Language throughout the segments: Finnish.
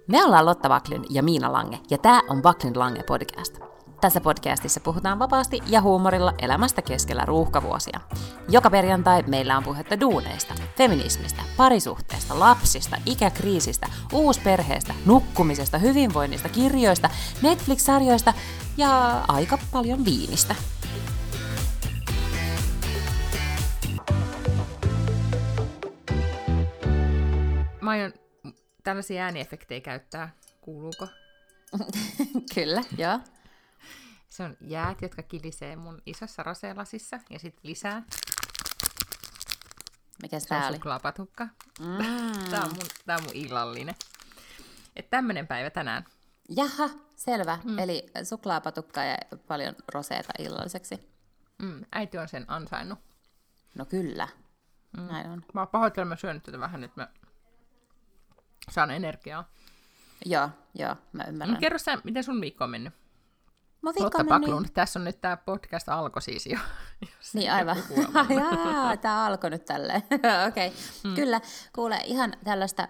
Me ollaan Lotta Backlund ja Miina Lange, ja tää on Backlund Lange podcast. Tässä podcastissa puhutaan vapaasti ja huumorilla elämästä keskellä ruuhkavuosia. Joka perjantai meillä on puhetta duuneista, feminismistä, parisuhteesta, lapsista, ikäkriisistä, uusperheestä, nukkumisesta, hyvinvoinnista, kirjoista, Netflix-sarjoista ja aika paljon viinistä. Mä aion tällaisia ääniefektejä käyttää. Kuuluuko? Kyllä, joo. Se on jäät, jotka kilisee mun isossa roseelasissa ja sitten lisää. Mikäs tää oli? Se on suklaapatukka. Tää on mun illallinen. Et tämmönen päivä tänään. Jaha, selvä. Eli suklaapatukkaa ja paljon roseeta illalliseksi. Äiti on sen ansainnut. No kyllä, näin on. Mä pahoittelen, mä syön tätä vähän, että mä saan energiaa. Joo, mä ymmärrän. Kerro sä, miten sun viikko on mennyt? Lotta Backlund, tässä on nyt tää podcast alkoi siis jo. Niin aivan. Tää alkoi nyt tälleen. Okei. Kyllä, kuule, ihan tällaista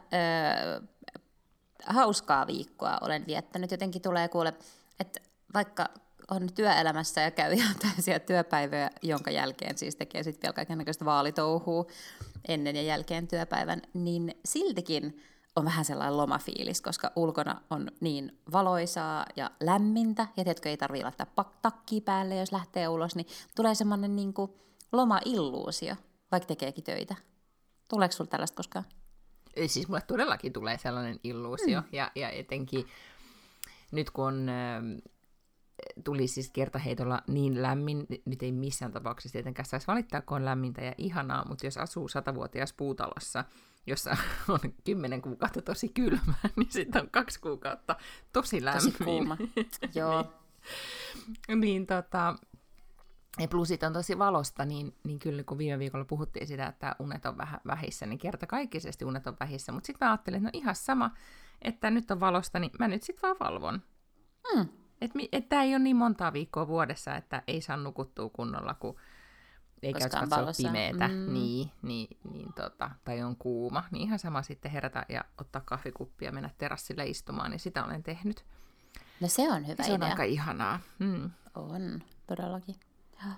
hauskaa viikkoa olen viettänyt. Jotenkin tulee kuule, että vaikka on työelämässä ja käy ihan täysiä työpäiviä, jonka jälkeen siis tekee sitten vielä kaikennäköistä vaalitouhua ennen ja jälkeen työpäivän, niin siltikin on vähän sellainen lomafiilis, koska ulkona on niin valoisaa ja lämmintä, ja tiedätkö, ei tarvitse laittaa takkia päälle, jos lähtee ulos, niin tulee semmoinen niin kuin loma-illuusio, vaikka tekeekin töitä. Tuleeko sinulla tällaista koskaan? Siis mulle todellakin tulee sellainen illuusio, ja etenkin nyt kun tuli siis kertaheitolla niin lämmin, nyt ei missään tapauksessa tietenkään saisi valittaa, kun on lämmintä ja ihanaa, mutta jos asuu 100-vuotias puutalossa, jossa on 10 kuukautta tosi kylmää, niin sitten on 2 kuukautta tosi lämmin. Tosi kuuma, joo. niin, ja plusit on tosi valosta, niin kyllä kun viime viikolla puhuttiin sitä, että unet on vähän vähissä, niin kertakaikkisesti unet on vähissä, mutta sitten mä ajattelin, että no ihan sama, että nyt on valosta, niin mä nyt sitten vaan valvon. Että ei ole niin montaa viikkoa vuodessa, että ei saa nukuttua kunnolla, kun ei käy katsoa pimeätä, tai on kuuma. Niin ihan sama sitten herätä ja ottaa kahvikuppia ja mennä terassille istumaan, niin sitä olen tehnyt. No se on hyvä idea. Se on aika ihanaa. On, todellakin. Ja.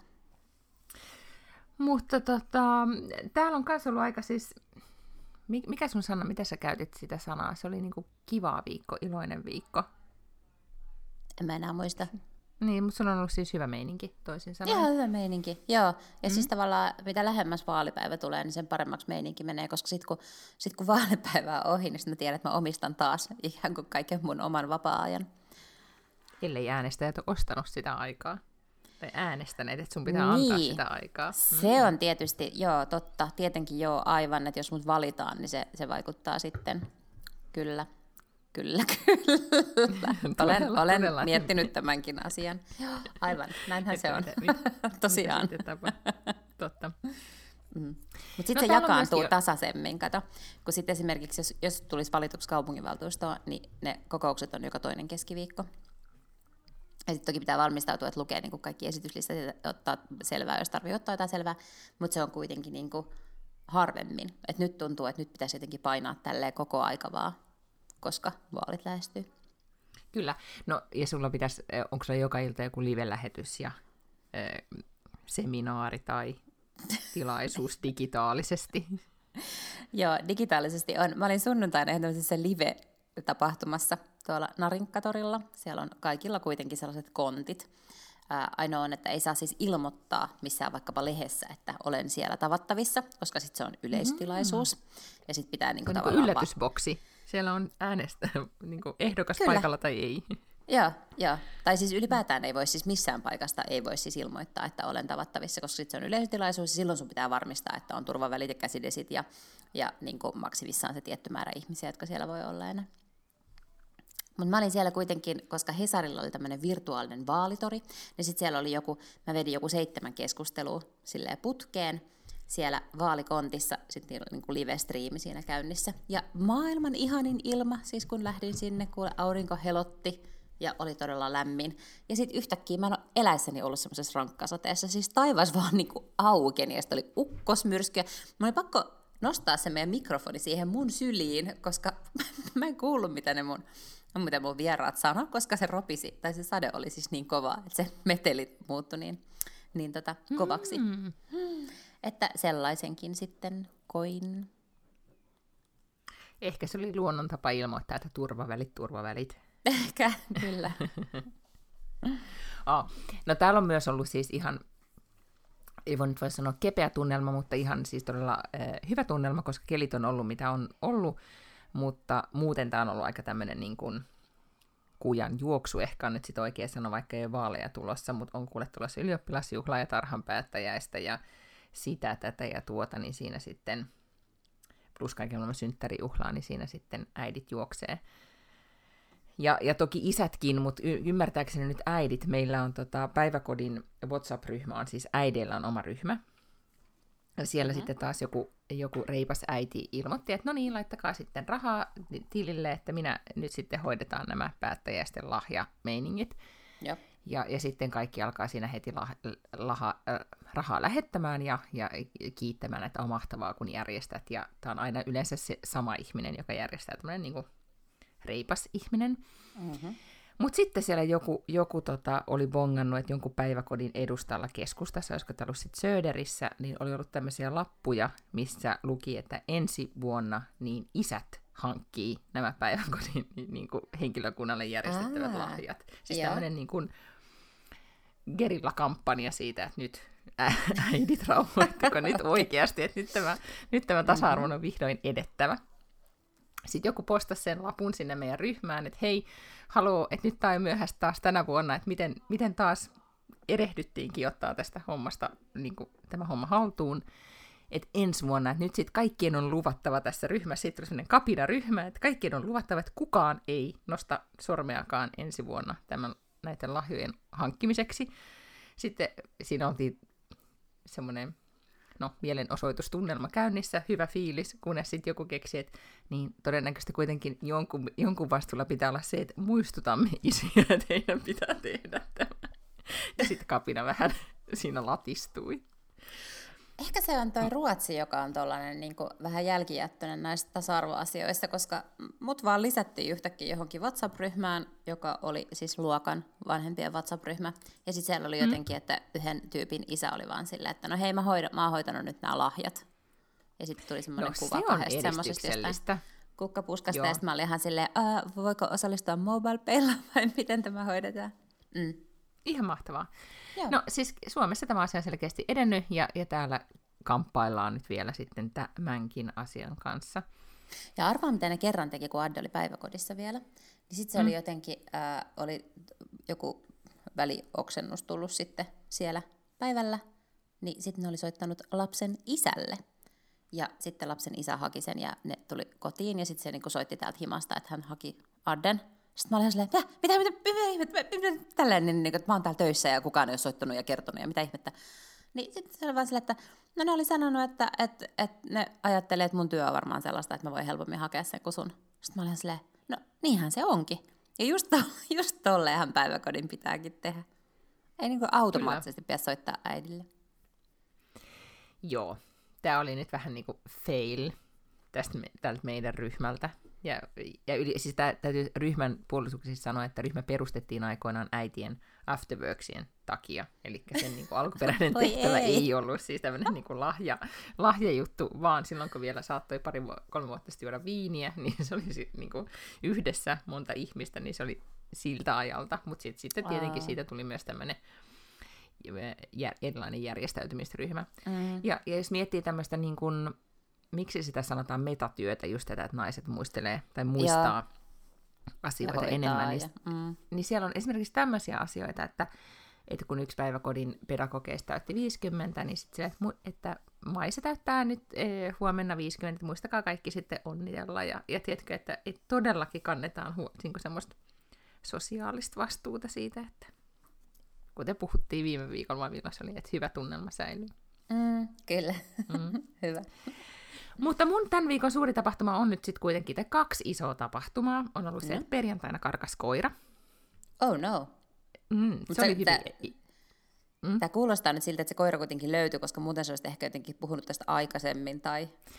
Mutta täällä on myös ollut aika siis, mikä sun sana, miten sä käytit sitä sanaa? Se oli niinku kiva viikko, iloinen viikko. En mä enää muista. Niin, mutta sulla on ollut siis hyvä meininki, toisin sanoen. Ihan hyvä meininki, joo. Ja siis tavallaan, mitä lähemmäs vaalipäivä tulee, niin sen paremmaksi meininki menee, koska sit kun vaalipäivä on ohi, niin sitten mä tiedän, että mä omistan taas ihan kuin kaiken mun oman vapaa-ajan. Ellei äänestäjät ole ostanut sitä aikaa. Tai äänestäneet, että sun pitää antaa sitä aikaa. Se on tietysti, joo, totta. Tietenkin joo, aivan, että jos mut valitaan, niin se vaikuttaa sitten. Kyllä. Olen miettinyt tämänkin asian. Aivan, näinhän se on. Tosiaan. Totta. Mutta sitten se jakaantuu tasaisemmin, kato. Kun sitten esimerkiksi, jos tulisi valituksi kaupunginvaltuustoon, niin ne kokoukset on joka toinen keskiviikko. Ja sitten toki pitää valmistautua, että lukee niin kuin kaikki esityslistat ja ottaa selvää, jos tarvitsee ottaa jotain selvää. Mutta se on kuitenkin niin kuin harvemmin. Et nyt tuntuu, että nyt pitäisi jotenkin painaa tälleen koko aika vaan, koska vaalit lähestyy. Kyllä. No ja sulla pitäisi, onko sulla joka ilta joku live-lähetys ja seminaari tai tilaisuus digitaalisesti? Joo, digitaalisesti on. Mä olin sunnuntaina tämmöisessä live-tapahtumassa tuolla Narinkkatorilla. Siellä on kaikilla kuitenkin sellaiset kontit. Ainoa on, että ei saa siis ilmoittaa missään vaikkapa lehdessä, että olen siellä tavattavissa, koska sitten se on yleistilaisuus. Ja sitten pitää niinku tavallaan yllätysboksi. Siellä on äänestä niinku ehdokas Kyllä. paikalla tai ei. Joo. Tai siis ylipäätään ei voi siis missään paikasta ei voi siis ilmoittaa, että olen tavattavissa, koska sitten se on yleistilaisuus ja silloin sun pitää varmistaa, että on turvavälit ja käsidesit ja niin kuin maksimissaan se tietty määrä ihmisiä, jotka siellä voi olla enää. Mutta mä olin siellä kuitenkin, koska Hesarilla oli tämmöinen virtuaalinen vaalitori, niin sitten siellä oli mä vedin joku 7 keskustelua silleen putkeen siellä vaalikontissa, sitten niin kuin live-striimi siinä käynnissä. Ja maailman ihanin ilma, siis kun lähdin sinne, kuule aurinko helotti ja oli todella lämmin. Ja sitten yhtäkkiä mä en ole eläissäni ollut semmoisessa rankkasateessa, siis taivas vaan niin kuin aukeni ja sitten oli ukkosmyrskyä. Mä oli pakko nostaa se meidän mikrofoni siihen mun syliin, koska mä en kuullut, mitä mun vieraat sanoi, koska se ropisi, tai se sade oli siis niin kova, että se meteli muuttui niin kovaksi. Että sellaisenkin sitten koin. Ehkä se oli luonnon tapa ilmoittaa, että turvavälit. Ehkä, kyllä. No täällä on myös ollut siis ihan, ei voi nyt voi sanoa kepeä tunnelma, mutta ihan siis todella hyvä tunnelma, koska kelit on ollut mitä on ollut, mutta muuten tämä on ollut aika tämmöinen niin kuin kujan juoksu, ehkä on nyt sitten oikein sanoa, vaikka ei ole vaaleja tulossa, mutta on kuule tulossa ylioppilasjuhlaa ja tarhanpäättäjäistä ja sitä, tätä ja tuota, niin siinä sitten, plus kaikenlainen synttärijuhlaa, niin siinä sitten äidit juoksee. Ja toki isätkin, mutta ymmärtääkseni nyt äidit, meillä on päiväkodin WhatsApp-ryhmä, on siis äideillä on oma ryhmä. Ja siellä sitten taas joku reipas äiti ilmoitti, että no niin, laittakaa sitten rahaa tilille, että minä nyt sitten hoidetaan nämä päättäjäisten lahjameiningit. Ja sitten kaikki alkaa siinä heti rahaa lähettämään ja kiittämään, että on mahtavaa, kun järjestät. Ja tämä on aina yleensä se sama ihminen, joka järjestää, tämmöinen niin kuin reipas ihminen. Mutta sitten siellä joku oli bongannut, että jonkun päiväkodin edustalla keskustassa, olisiko tämä ollut sitten Söderissä, niin oli ollut tämmöisiä lappuja, missä luki, että ensi vuonna niin isät hankkii nämä päiväkodin niin kuin henkilökunnalle järjestettävät lahjat. Siis tämmöinen niin kuin gerilla-kampanja siitä, että nyt äidit rauhoittako nyt oikeasti, että nyt tämä tasa-arvon on vihdoin edettävä. Sitten joku postasi sen lapun sinne meidän ryhmään, että hei, haloo, että nyt tämä on myöhäistä taas tänä vuonna, että miten taas erehdyttiinkin ottaa tästä hommasta niin kuin tämä homma haltuun. Että ensi vuonna, että nyt sitten kaikkien on luvattava tässä ryhmässä, sitten tuli sellainen kapina-ryhmä, että kaikkien on luvattava, että kukaan ei nosta sormeakaan ensi vuonna näiden lahjojen hankkimiseksi. Sitten siinä oltiin semmoinen mielenosoitustunnelma käynnissä, hyvä fiilis, kunnes sitten joku keksi, että niin todennäköisesti kuitenkin jonkun vastuulla pitää olla se, että muistutamme isiä, että heidän pitää tehdä tämä. Ja sitten kapina vähän siinä latistui. Ehkä se on toi Ruotsi, joka on tollainen niin kuin vähän jälkijättöinen näistä tasa-arvoasioista, koska mut vaan lisättiin yhtäkkiä johonkin WhatsApp-ryhmään, joka oli siis luokan vanhempien WhatsApp-ryhmä. Ja sitten siellä oli jotenkin, että yhden tyypin isä oli vaan silleen, että no hei, mä oon hoitanut nyt nämä lahjat. Ja sitten tuli semmoinen kuva kahdesta semmoisesta jostain kukkapuskasta. Ja sitten mä olin ihan silleen, voiko osallistua MobilePaylla vai miten tämä hoidetaan? Ihan mahtavaa. Joo. No siis Suomessa tämä asia on selkeästi edennyt ja täällä kamppaillaan nyt vielä sitten tämänkin asian kanssa. Ja arvaa, mitä ne kerran teki, kun Adde oli päiväkodissa vielä. Niin sitten se oli jotenkin, oli joku välioksennus tullut sitten siellä päivällä, niin sitten ne oli soittanut lapsen isälle. Ja sitten lapsen isä haki sen ja ne tuli kotiin ja sitten se niinku soitti täältä himasta, että hän haki Adden. Sitten mä olin silleen, mitä tällainen, niin, että mä oon täällä töissä ja kukaan ei ole soittanut ja kertonut ja mitä ihmettä. Niin sitten se oli vaan silleen, että no ne oli sanonut, että ne ajattelee, että mun työ on varmaan sellaista, että mä voin helpommin hakea sen kuin sun. Sitten mä olin silleen, no niinhän se onkin. Ja just tolleenhan päiväkodin pitääkin tehdä. Ei niin kuin automaattisesti pidä soittaa äidille. Joo, tää oli nyt vähän niin kuin fail tältä meidän ryhmältä. Ja siis täytyy ryhmän puolustuksessa sanoa, että ryhmä perustettiin aikoinaan äitien afterworksien takia. Eli sen niin kuin alkuperäinen tehtävä ei ollut siis tämmöinen niin kuin lahjajuttu, vaan silloin kun vielä saattoi 2-3 vuotta sitten juoda viiniä, niin se oli niin kuin yhdessä monta ihmistä, niin se oli siltä ajalta. Mutta sitten tietenkin siitä tuli myös tämmöinen erilainen järjestäytymisryhmä. Ja jos miettii tämmöistä niin kuin miksi sitä sanotaan metatyötä, just tätä, että naiset muistelee tai muistaa asioita enemmän, niin siellä on esimerkiksi tämmöisiä asioita, että kun yksi päiväkodin pedagogeista täytti 50, niin sitten että Maisa täyttää nyt huomenna 50, että muistakaa kaikki sitten onnitella, ja tiedätkö, että todellakin kannetaan niin semmoista sosiaalista vastuuta siitä, että kuten puhuttiin viime viikolla, se oli, että hyvä tunnelma säilyy. Kyllä, hyvä. Mutta mun tämän viikon suuri tapahtuma on nyt sitten kuitenkin, että 2 isoa tapahtumaa. On ollut se, että perjantaina karkas koira. Oh no. Se oli hyvin. Tämä kuulostaa nyt siltä, että se koira kuitenkin löytyi, koska muuten se olisi ehkä jotenkin puhunut tästä aikaisemmin. Tai...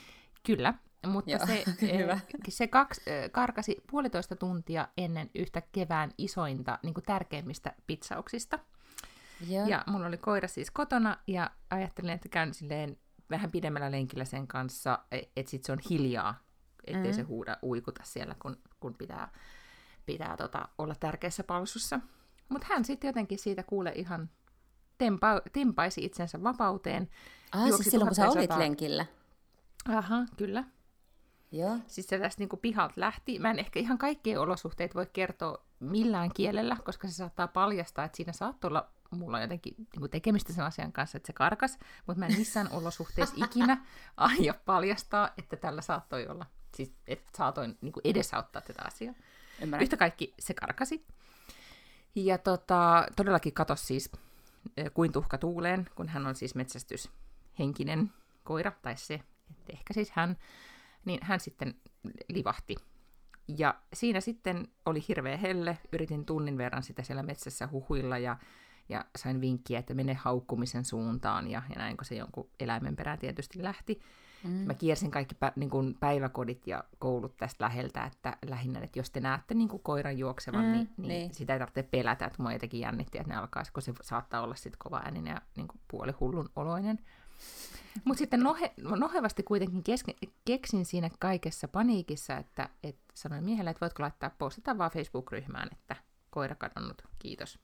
Kyllä, mutta Joo, hyvä. se karkasi 1,5 tuntia ennen yhtä kevään isointa, niin kuin tärkeimmistä pitsauksista. Joo. Ja mulla oli koira siis kotona, ja ajattelin, että käyn silleen vähän pidemmällä lenkillä sen kanssa, että sit se on hiljaa, ettei se huuda uikuta siellä, kun pitää olla tärkeässä palsussa. Mutta hän sitten jotenkin siitä kuule ihan tempaisi itsensä vapauteen. Siis silloin, kun sä olit lenkillä? Aha, kyllä. Joo. Siis se tästä niinku pihalta lähti. Mä en ehkä ihan kaikkia olosuhteita voi kertoa millään kielellä, koska se saattaa paljastaa, että siinä saattoi olla mulla on jotenkin niinku tekemistä sen asian kanssa, että se karkas, mutta mä en missään olosuhteissa ikinä aio paljastaa, että tällä saattoi olla, siis että saatoin niinku edesauttaa tätä asiaa. Ymmärrän. Yhtä kaikki se karkasi. Ja todellakin katosi siis kuin tuhka tuuleen, kun hän on siis metsästyshenkinen koira, tai se, että ehkä siis hän, niin hän sitten livahti. Ja siinä sitten oli hirveä helle, yritin tunnin verran sitä siellä metsässä huhuilla, ja sain vinkkiä, että mene haukkumisen suuntaan, ja näin, kun se jonkun eläimen perään tietysti lähti. Mä kiersin kaikki päiväkodit ja koulut tästä läheltä, että lähinnä, että jos te näette niin kuin koiran juoksevan, niin sitä ei tarvitse pelätä, että mua jotenkin jännitti, että ne alkaisi, kun se saattaa olla sitten kova ääninen ja niin kuin puolihullun oloinen. Mutta sitten nohevasti kuitenkin keksin siinä kaikessa paniikissa, että sanoin miehelle, että voitko postata vaan Facebook-ryhmään, että koira kadonnut, kiitos.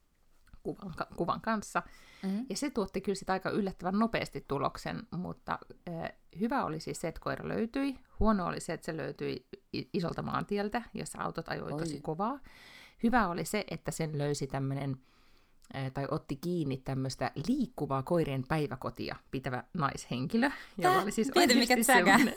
Kuvan kanssa. Ja se tuotti kyllä sit aika yllättävän nopeasti tuloksen, mutta hyvä oli siis se, että koira löytyi. Huono oli se, että se löytyi isolta maantieltä, jossa autot ajoi tosi kovaa. Hyvä oli se, että sen löysi tämmöinen, tai otti kiinni tämmöistä liikkuvaa koirien päiväkotia pitävä naishenkilö, jolla oli siis oikeasti semmoinen.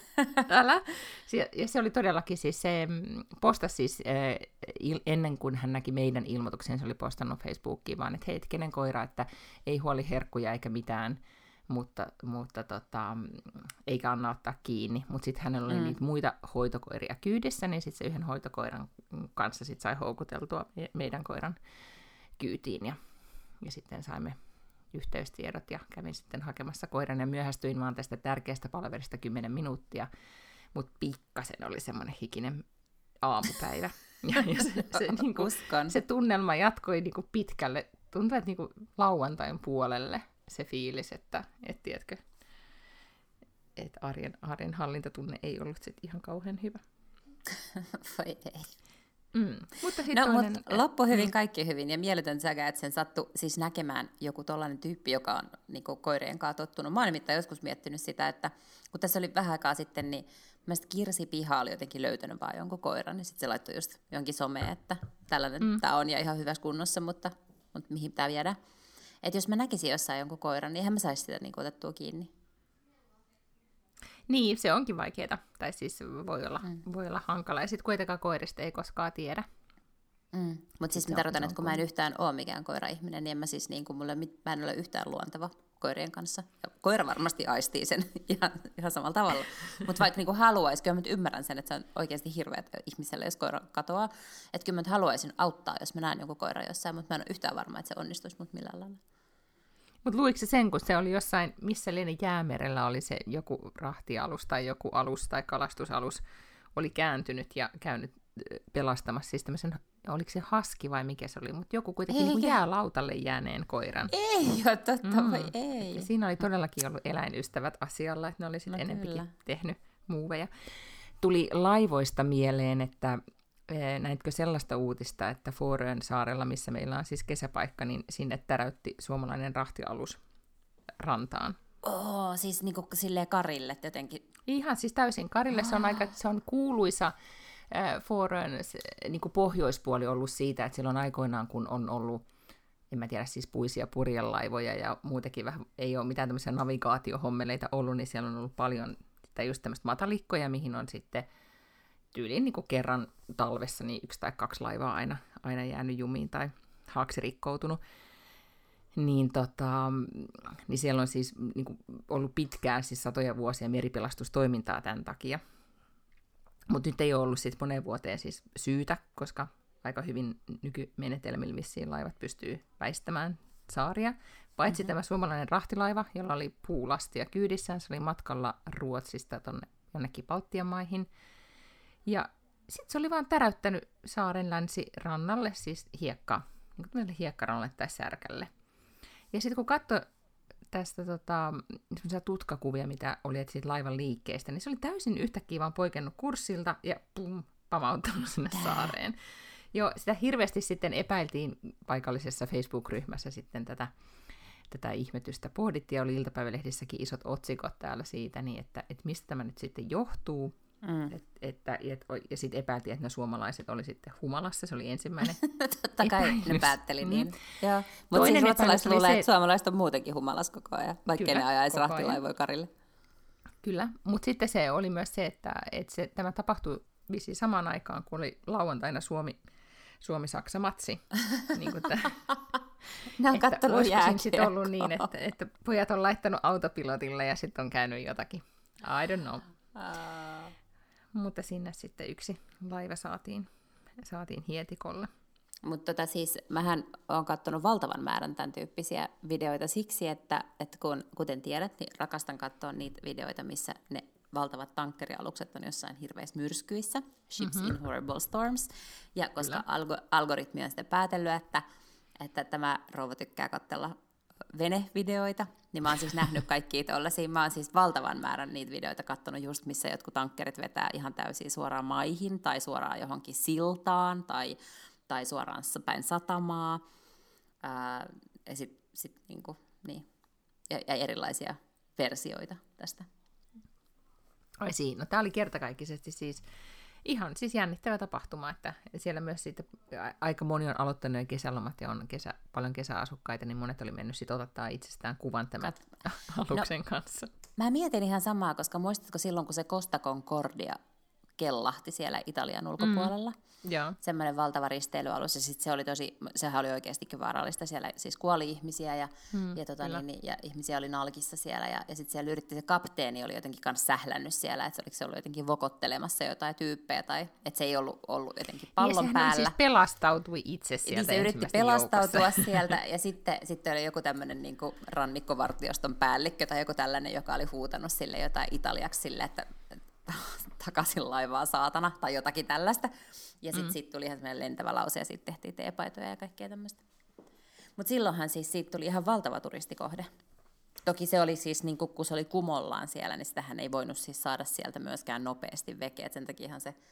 Ja se oli todellakin siis se, postasi siis ennen kuin hän näki meidän ilmoituksen, se oli postannut Facebookiin vaan, että hei, kenen koira, että ei huoli herkkuja eikä mitään, mutta eikä anna ottaa kiinni. Mutta sitten hänellä oli niitä muita hoitokoiria kyydissä, niin sitten se yhden hoitokoiran kanssa sit sai houkuteltua meidän koiran kyytiin ja sitten saimme yhteystiedot ja kävin sitten hakemassa koiran ja myöhästyin vaan tästä tärkeästä palaverista 10 minuuttia, mutta pikkasen oli semmoinen hikinen aamupäivä. Ja se tunnelma jatkoi niinku pitkälle, tuntui, että niinku lauantain puolelle se fiilis, että tiedätkö, että arjen hallintatunne ei ollut sit ihan kauhean hyvä. Voi ei. Mutta mutta loppu hyvin, kaikki hyvin, ja mieletön säkä, että sen sattui siis näkemään joku tollainen tyyppi, joka on niin kuin koirien kanssa tottunut. Mä oon nimittäin joskus miettinyt sitä, että kun tässä oli vähän aikaa sitten, niin mielestäni Kirsi Piha oli jotenkin löytänyt vaan jonkun koiran, niin sitten se laittoi just jonkin someen, että tällainen tämä on ja ihan hyvässä kunnossa, mutta mihin pitää viedä. Että jos mä näkisin jossain jonkun koiran, niin eihän mä saisi sitä niin kuin otettua kiinni. Niin, se onkin vaikeaa, tai siis voi olla hankala, ja sitten kuitenkaan koirista ei koskaan tiedä. Mutta siis mä tarkoitan, että kun mä en yhtään ole mikään koira-ihminen, niin en mä siis niin kuin mä en ole yhtään luonteva koirien kanssa. Ja koira varmasti aistii sen ihan samalla tavalla. Mutta vaikka niin kuin haluaisi, kyllä mä ymmärrän sen, että se on oikeasti hirveä ihmiselle, jos koira katoaa. Että kyllä mä haluaisin auttaa, jos mä näen jonkun koiran jossain, mutta mä en ole yhtään varma, että se onnistuisi mut millään lailla. Mutta luitko sen, kun se oli jossain, missä lienee Jäämerellä oli se joku rahtialus tai joku alus tai kalastusalus, oli kääntynyt ja käynyt pelastamassa siis tämmöisen, oliko se haski vai mikä se oli, mutta joku kuitenkin niin kuin jäälautalle jääneen koiran. Ei ole totta, vai ei. Ja siinä oli todellakin ollut eläinystävät asialla, että ne oli sitten enempikin tehnyt muuveja. Tuli laivoista mieleen, että näitkö sellaista uutista, että Fårön saarella, missä meillä on siis kesäpaikka, niin sinne täräytti suomalainen rahtialus rantaan. Siis niin kuin silleen Karille jotenkin. Ihan siis täysin Karille. Se on kuuluisa Fårön niin kuin pohjoispuoli ollut siitä, että silloin aikoinaan, kun on ollut, en mä tiedä, siis puisia purjelaivoja ja muutenkin vähän, ei ole mitään tämmöisiä navigaatiohommeleita ollut, niin siellä on ollut paljon just tämmöistä matalikkoja, mihin on sitten tyyliin niin kuin kerran talvessa niin 1 tai 2 laivaa aina jäänyt jumiin tai haaksi rikkoutunut. Niin siellä on siis niin kuin ollut pitkään, siis satoja vuosia meripelastustoimintaa tämän takia. Mutta nyt ei ole ollut sitten moneen vuoteen siis syytä, koska aika hyvin nykymenetelmillä vissiin laivat pystyy väistämään saaria. Paitsi tämä suomalainen rahtilaiva, jolla oli puulastia kyydissään, se oli matkalla Ruotsista tuonne jonnekin Baltian maihin. Ja sitten se oli vaan täräyttänyt saaren länsirannalle, siis niin hiekkarannalle tai särkälle. Ja sitten kun katsoi tästä semmoisia tutkakuvia, mitä oli siitä laivan liikkeestä, niin se oli täysin yhtäkkiä vaan poikennut kurssilta ja pamauttanut sinne saareen. Joo, sitä hirveästi sitten epäiltiin paikallisessa Facebook-ryhmässä sitten tätä ihmetystä. Pohdittiin ja oli iltapäivälehdissäkin isot otsikot täällä siitä, niin että mistä tämä nyt sitten johtuu. Ja sitten epäiltiin, että ne suomalaiset oli sitten humalassa, se oli ensimmäinen Totta kai ne päätteli niin. Mutta siis ruotsalaiset luulee, että suomalaiset on muutenkin humalassa koko ajan, vaikka ne ajaisi rahtilaivoja karille. Kyllä, mutta sitten se oli myös se, että tämä tapahtui vissiin samaan aikaan, kun oli lauantaina Suomi-Saksa-matsi. Niin ne on kattonut jääkiekkoa. Ollut niin, että pojat on laittanut autopilotille ja sitten on käynyt jotakin. I don't know. Mutta sinne sitten yksi laiva saatiin hietikolle. Mutta siis mähän olen katsonut valtavan määrän tämän tyyppisiä videoita siksi, että kuten tiedät, niin rakastan katsoa niitä videoita, missä ne valtavat tankkerialukset on jossain hirveissä myrskyissä, ships in horrible storms, ja koska algoritmi on sitten päätellyt, että tämä rouva tykkää katsella venevideoita, niin mä oon siis nähnyt kaikkia tollaisia. Mä oon siis valtavan määrän niitä videoita katsonut just, missä jotkut tankkerit vetää ihan täysin suoraan maihin, tai suoraan johonkin siltaan, tai suoraan päin satamaa, ja sit niinku, niin. Ja erilaisia versioita tästä. Ai siinä, no tää oli kertakaikkisesti siis ihan siis jännittävä tapahtuma, että siellä myös siitä aika moni on aloittanut kesälomat ja on paljon kesäasukkaita, niin monet oli mennyt sitten ottaa itsestään kuvan tämän aluksen kanssa. Mä mietin ihan samaa, koska muistatko silloin, kun se Costa Concordia kellahti siellä Italian ulkopuolella? Joo. Semmoinen valtava risteilyalus, ja sitten sehän oli oikeastikin vaarallista, siellä siis kuoli ihmisiä, ja ihmisiä oli nalkissa siellä, ja sitten siellä se kapteeni oli jotenkin kanssa sählännyt siellä, että se oli jotenkin vokottelemassa jotain tyyppejä, tai että se ei ollut jotenkin pallon päällä. Ja siis pelastautui itse sieltä. Niin se yritti pelastautua sieltä, ja sitten oli joku tämmöinen niin kuin rannikkovartioston päällikkö, tai joku tällainen, joka oli huutanut sille jotain italiaksi sille, että takaisin laivaa saatana, tai jotakin tällaista. Ja sitten tuli ihan semmoinen lentävä lause, ja sitten tehtiin teepaitoja ja kaikkea tämmöistä. Mutta silloinhan siis siitä tuli ihan valtava turistikohde. Toki se oli siis, niin kun se oli kumollaan siellä, niin sitähän ei voinut siis saada sieltä myöskään nopeasti vekeä. Sen takiahan se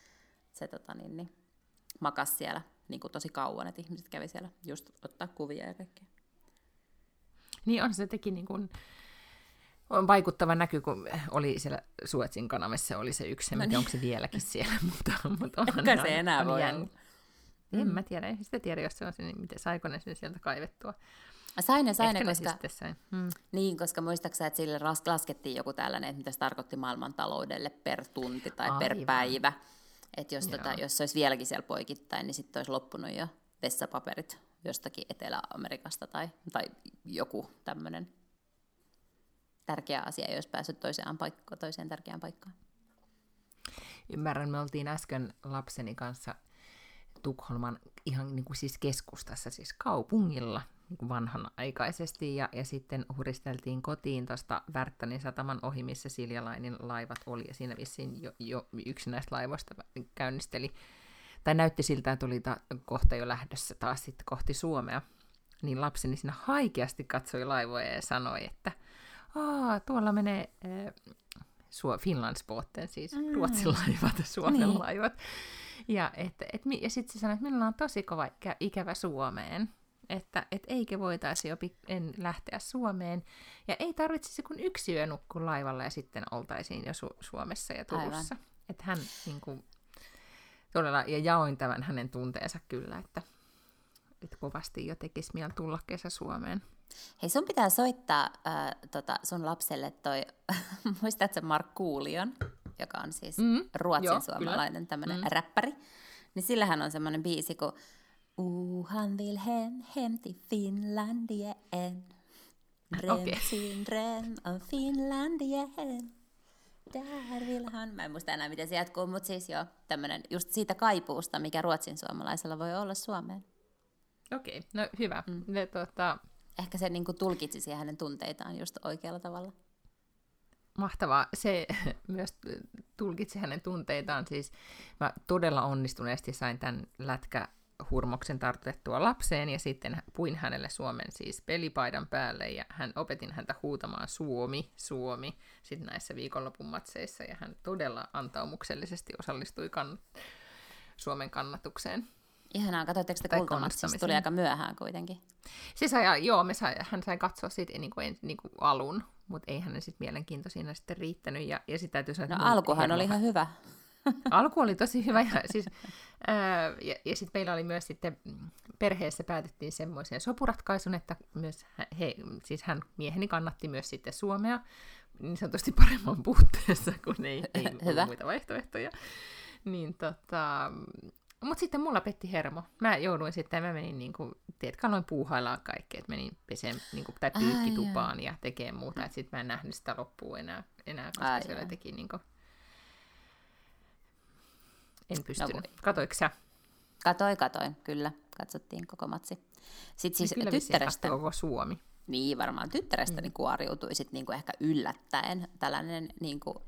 makas siellä niin tosi kauan, että ihmiset kävi siellä just ottaa kuvia ja kaikkea. Niin on, se teki niin kuin on vaikuttava näky, kun oli siellä Suezin kanavassa, oli se yksi, en onko se vieläkin siellä, mutta onhan se enää voi olla. En mä tiedä, en sitä tiedä, jos se on se, niin miten saiko ne sen sieltä kaivettua. Sain, koska, niin, koska muistaaksä, että sille laskettiin joku tällainen, että mitä se tarkoitti maailmantaloudelle per tunti tai per päivä. Että jos se olisi vieläkin siellä poikittain, niin sitten olisi loppunut jo vessapaperit jostakin Etelä-Amerikasta tai joku tämmöinen tärkeä asia, ei olisi päässyt toiseen tärkeään paikkaan. Ymmärrän, me oltiin äsken lapseni kanssa Tukholman ihan niin kuin siis keskustassa, siis kaupungilla niin kuin vanhanaikaisesti, ja sitten huristeltiin kotiin tuosta Värtanin sataman ohi, missä Silja Lainin laivat oli, ja siinä vissiin jo yksi näistä laivoista käynnisteli, tai näytti siltä, että oli kohta jo lähdössä taas sitten kohti Suomea, niin lapseni siinä haikeasti katsoi laivoja ja sanoi, että tuolla menee Finlandsbåten, siis Ruotsin laivat ja Suomen laivat. Ja sitten se sanoi, että minulla on tosi kova ikävä Suomeen, että eikö voitaisi jo lähteä Suomeen, ja ei tarvitsisi kuin yksi yö nukkua laivalla, ja sitten oltaisiin jo Suomessa ja Turussa. Että hän niin kuin, todella, ja jaoin tämän hänen tunteensa kyllä, että kovasti jo tekisi mieli tulla kesä Suomeen. Hei, sun pitää soittaa sun lapselle toi, muistatko Markkuulion, joka on siis ruotsin suomalainen tämmöinen räppäri, niin sillähän on semmoinen biisi kuin Han vill hem till Finlandien, Rensin rem on Finlandien, där vill han. Mä en muista enää, miten se jatkuu, mutta siis joo, tämmöinen just siitä kaipuusta, mikä ruotsin suomalaisella voi olla Suomeen. Okei, no hyvä. Ehkä se niin kuin tulkitsisi hänen tunteitaan just oikealla tavalla. Mahtavaa. Se myös tulkitsi hänen tunteitaan. Siis mä todella onnistuneesti sain tämän lätkähurmoksen tartutettua lapseen ja sitten puin hänelle Suomen siis pelipaidan päälle ja opetin häntä huutamaan Suomi, Suomi sitten näissä viikonlopun matseissa ja hän todella antaumuksellisesti osallistui Suomen kannatukseen. Ihanaa, katsoitteko te kultamatsia? Se tuli aika myöhään kuitenkin. Siis joo, hän sai katsoa siitä niin kuin alun, mutta ei hänen sitten mielenkiinto siinä sitten riittänyt. Ja sitten täytyy sanoa, no alkuhan oli ihan hyvä. Alku oli tosi hyvä. Ja sitten meillä oli myös sitten perheessä päätettiin semmoisen sopuratkaisun, että myös siis hän mieheni kannatti myös sitten Suomea niin sanotusti paremman puutteessa, kun ei ollut muita vaihtoehtoja. Niin mutta sitten mulla petti hermo. Mä menin niinku, tiedätkö, aloin puuhaillaan kaikkea, että menin peseen niinku, tai pyykkitupaan ja tekee muuta, että sitten mä en nähnyt sitä loppuun enää koska siellä teki niinku, en pystynyt. No, katoiko sä? Katoin, kyllä. Katsottiin koko matsi. Sitten siis kyllä tyttärestä koko Suomi. Niin, varmaan tyttärestäni kuoriutui sitten niinku ehkä yllättäen tällainen niinku,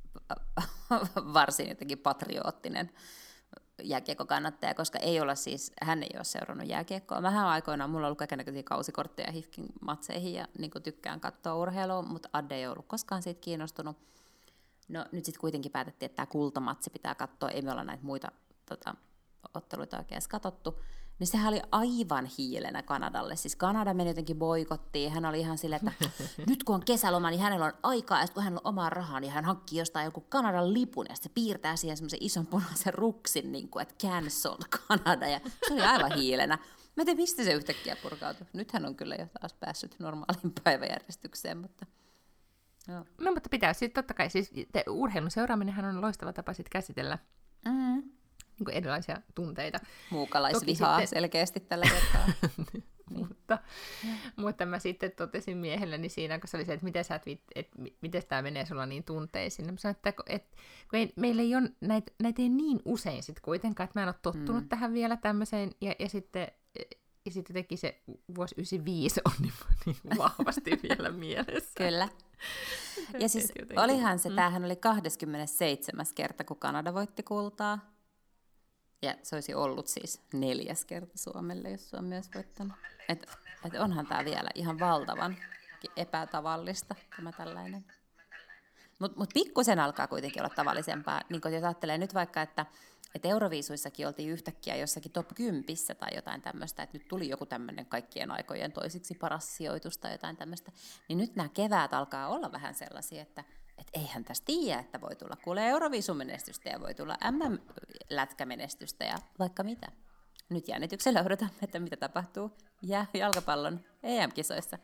varsin jotenkin patrioottinen jääkiekkokannattaja, koska hän ei ole seurannut jääkiekkoa. Vähän aikoinaan mulla on ollut kaikenlaisia kausikortteja HIFKin matseihin ja niin tykkään katsoa urheilua, mutta Adde ei ollut koskaan siitä kiinnostunut. No nyt sitten kuitenkin päätettiin, että tämä kultamatsi pitää katsoa, ei me olla näitä muita otteluita oikein katsottu. Niin sehän oli aivan hiilenä Kanadalle. Siis Kanada meni jotenkin boikottiin. Hän oli ihan silleen, että nyt kun on kesäloma, niin hänellä on aikaa, ja kun hänellä on omaa rahaa, niin hän hankkii jostain joku Kanadan lipun, ja se piirtää siihen semmoisen ison punaisen ruksin, niin kuin, että cancelled Kanada, ja se oli aivan hiilenä. Mä en tiedä, mistä se yhtäkkiä purkautui. Nyt hän on kyllä jo taas päässyt normaaliin päiväjärjestykseen, mutta joo. No, mutta pitää sitten totta kai, siis urheilun seuraaminenhan on loistava tapa sitten käsitellä niin erilaisia tunteita. Muukalaisvihaa sitten selkeästi tällä kertaa. Niin. Mutta mä sitten totesin miehelleni siinä, kun se oli se, että miten tämä menee sulla niin tunteisiin. Mä sanoin, että kun meillä ei ole, näitä ei niin usein sitten kuitenkaan, että mä en ole tottunut tähän vielä tämmöiseen, ja sitten teki se vuosi 95 on niin vahvasti vielä mielessä. Kyllä. Ja siis olihan se, tämähän oli 27. kerta, kun Kanada voitti kultaa. Ja se olisi ollut siis 4. kerta Suomelle, jos se on myös voittanut. Et onhan tämä vielä ihan valtavan epätavallista, tämä tällainen. Mut pikkusen alkaa kuitenkin olla tavallisempaa. Niin jos ajattelee nyt vaikka, että Euroviisuissakin oltiin yhtäkkiä jossakin top 10 tai jotain tämmöistä, että nyt tuli joku tämmöinen kaikkien aikojen toisiksi paras sijoitus tai jotain tämmöistä, niin nyt nämä keväät alkaa olla vähän sellaisia, että eihän tästä tiedä, että voi tulla kuulee Euroviisumenestystä ja voi tulla MM-lätkämenestystä ja vaikka mitä. Nyt jännityksellä odotamme, että mitä tapahtuu jalkapallon EM-kisoissa.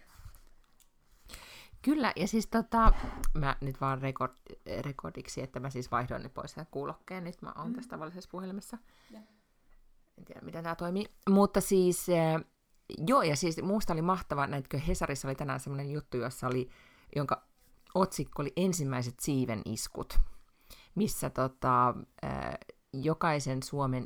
Kyllä, ja siis mä nyt vaan rekordiksi, että mä siis vaihdoin nyt pois kuulokkeen, nyt mä oon tässä tavallisessa puhelimessa. En tiedä, miten tämä toimii. Mutta siis, joo, ja siis muusta oli mahtava, näitkö Hesarissa oli tänään semmoinen juttu, jonka otsikko oli ensimmäiset siiven iskut, missä jokaisen Suomen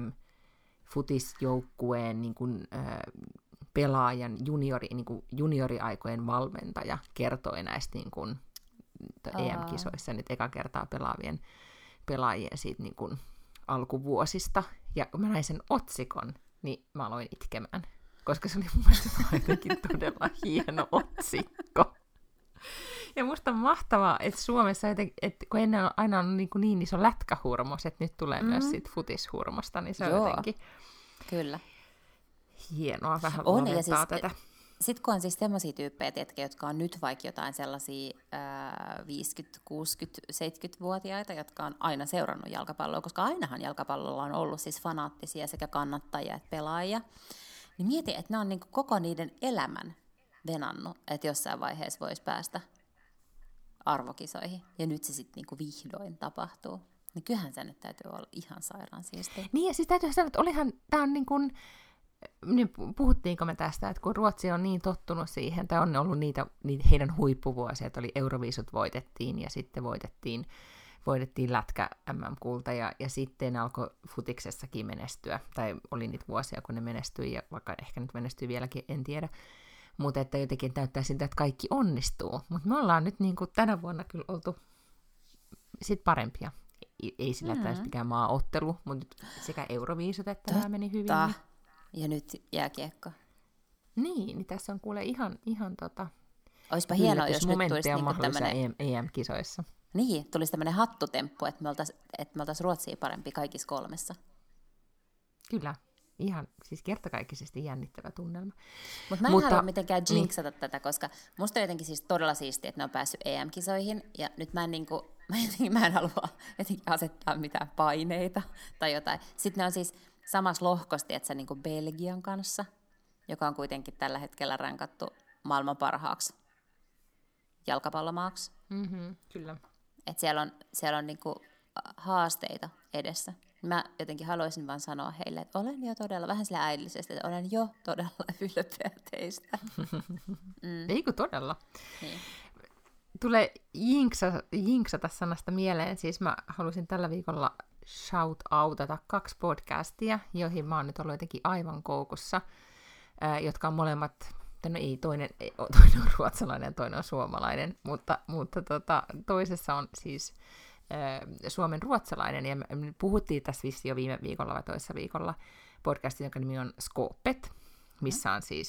EM-futisjoukkueen niin kuin, pelaajan junioriaikojen valmentaja kertoi näistä niin kuin, EM-kisoissa nyt eka kertaa pelaavien pelaajien siitä niin kuin, alkuvuosista. Ja kun mä näin sen otsikon, niin mä aloin itkemään, koska se oli mun mielestä ainakin todella hieno otsikko. Ja musta on mahtavaa, että Suomessa, että kun ennen on aina on niin iso lätkähurmos, että nyt tulee myös siitä futishurmosta, niin se on jotenkin kyllä hienoa vähän loventaa siis, tätä. Sitten kun on siis semmoisia tyyppejä, jotka on nyt vaikka jotain sellaisia 50, 60, 70-vuotiaita, jotka on aina seurannut jalkapalloa, koska ainahan jalkapallolla on ollut siis fanaattisia sekä kannattajia että pelaajia, niin mieti, että ne on niin kuin koko niiden elämän venannut, että jossain vaiheessa voisi päästä arvokisoihin. Ja nyt se sitten niinku vihdoin tapahtuu. Niin kyllähän se nyt täytyy olla ihan sairaan siistiä. Niin, ja siis täytyy sanoa, että olihan tämä on niin kuin, niin puhuttiinko me tästä, että kun Ruotsi on niin tottunut siihen, tai on ollut niitä heidän huippuvuosia, että oli Euroviisut voitettiin, ja sitten voitettiin lätkä MM-kulta, ja sitten alkoi futiksessakin menestyä, tai oli niitä vuosia, kun ne menestyi, ja vaikka ehkä nyt menestyy vieläkin, en tiedä. Mutta että jotenkin näyttää siltä, että kaikki onnistuu. Mutta me ollaan nyt niin kuin tänä vuonna kyllä oltu sit parempia. Ei sillä, että olisi mikään maaottelu, mutta sekä Euroviisut, että nämä meni hyvin. Niin. Ja nyt jääkiekko. Niin tässä on kuule ihan Olisipa hienoa, jos nyt tulisi niinku tämmöinen EM-kisoissa. Niin, tulisi tämmöinen hattutemppu, että me oltaisiin Ruotsia parempi kaikissa 3. Kyllä, ihan siis kertakaikkisesti jännittävä tunnelma. Mutta mä en halua mitenkään jinxata tätä, koska musta on jotenkin siis todella siistiä, että ne on päässyt EM-kisoihin, ja nyt mä en halua jotenkin asettaa mitään paineita tai jotain. Sitten ne on siis samassa lohkosti, että se niin kuin Belgian kanssa, joka on kuitenkin tällä hetkellä rankattu maailman parhaaksi jalkapallomaaksi. Kyllä. Että siellä on niinku haasteita edessä. Mä jotenkin haluaisin vaan sanoa heille, että olen jo todella, vähän sillä äidillisesti, että olen jo todella ylpeä teistä. Eikö todella? Niin. Tulee jinksata sanasta mieleen. Siis mä halusin tällä viikolla shout-outata 2 podcastia, joihin mä oon nyt ollut jotenkin aivan koukussa, jotka on molemmat, no ei, toinen on ruotsalainen ja toinen on suomalainen, mutta toisessa on siis Suomen ruotsalainen, ja me puhuttiin tässä vissi jo viime viikolla vai toisessa viikolla podcastin, jonka nimi on Skåpet, missä on siis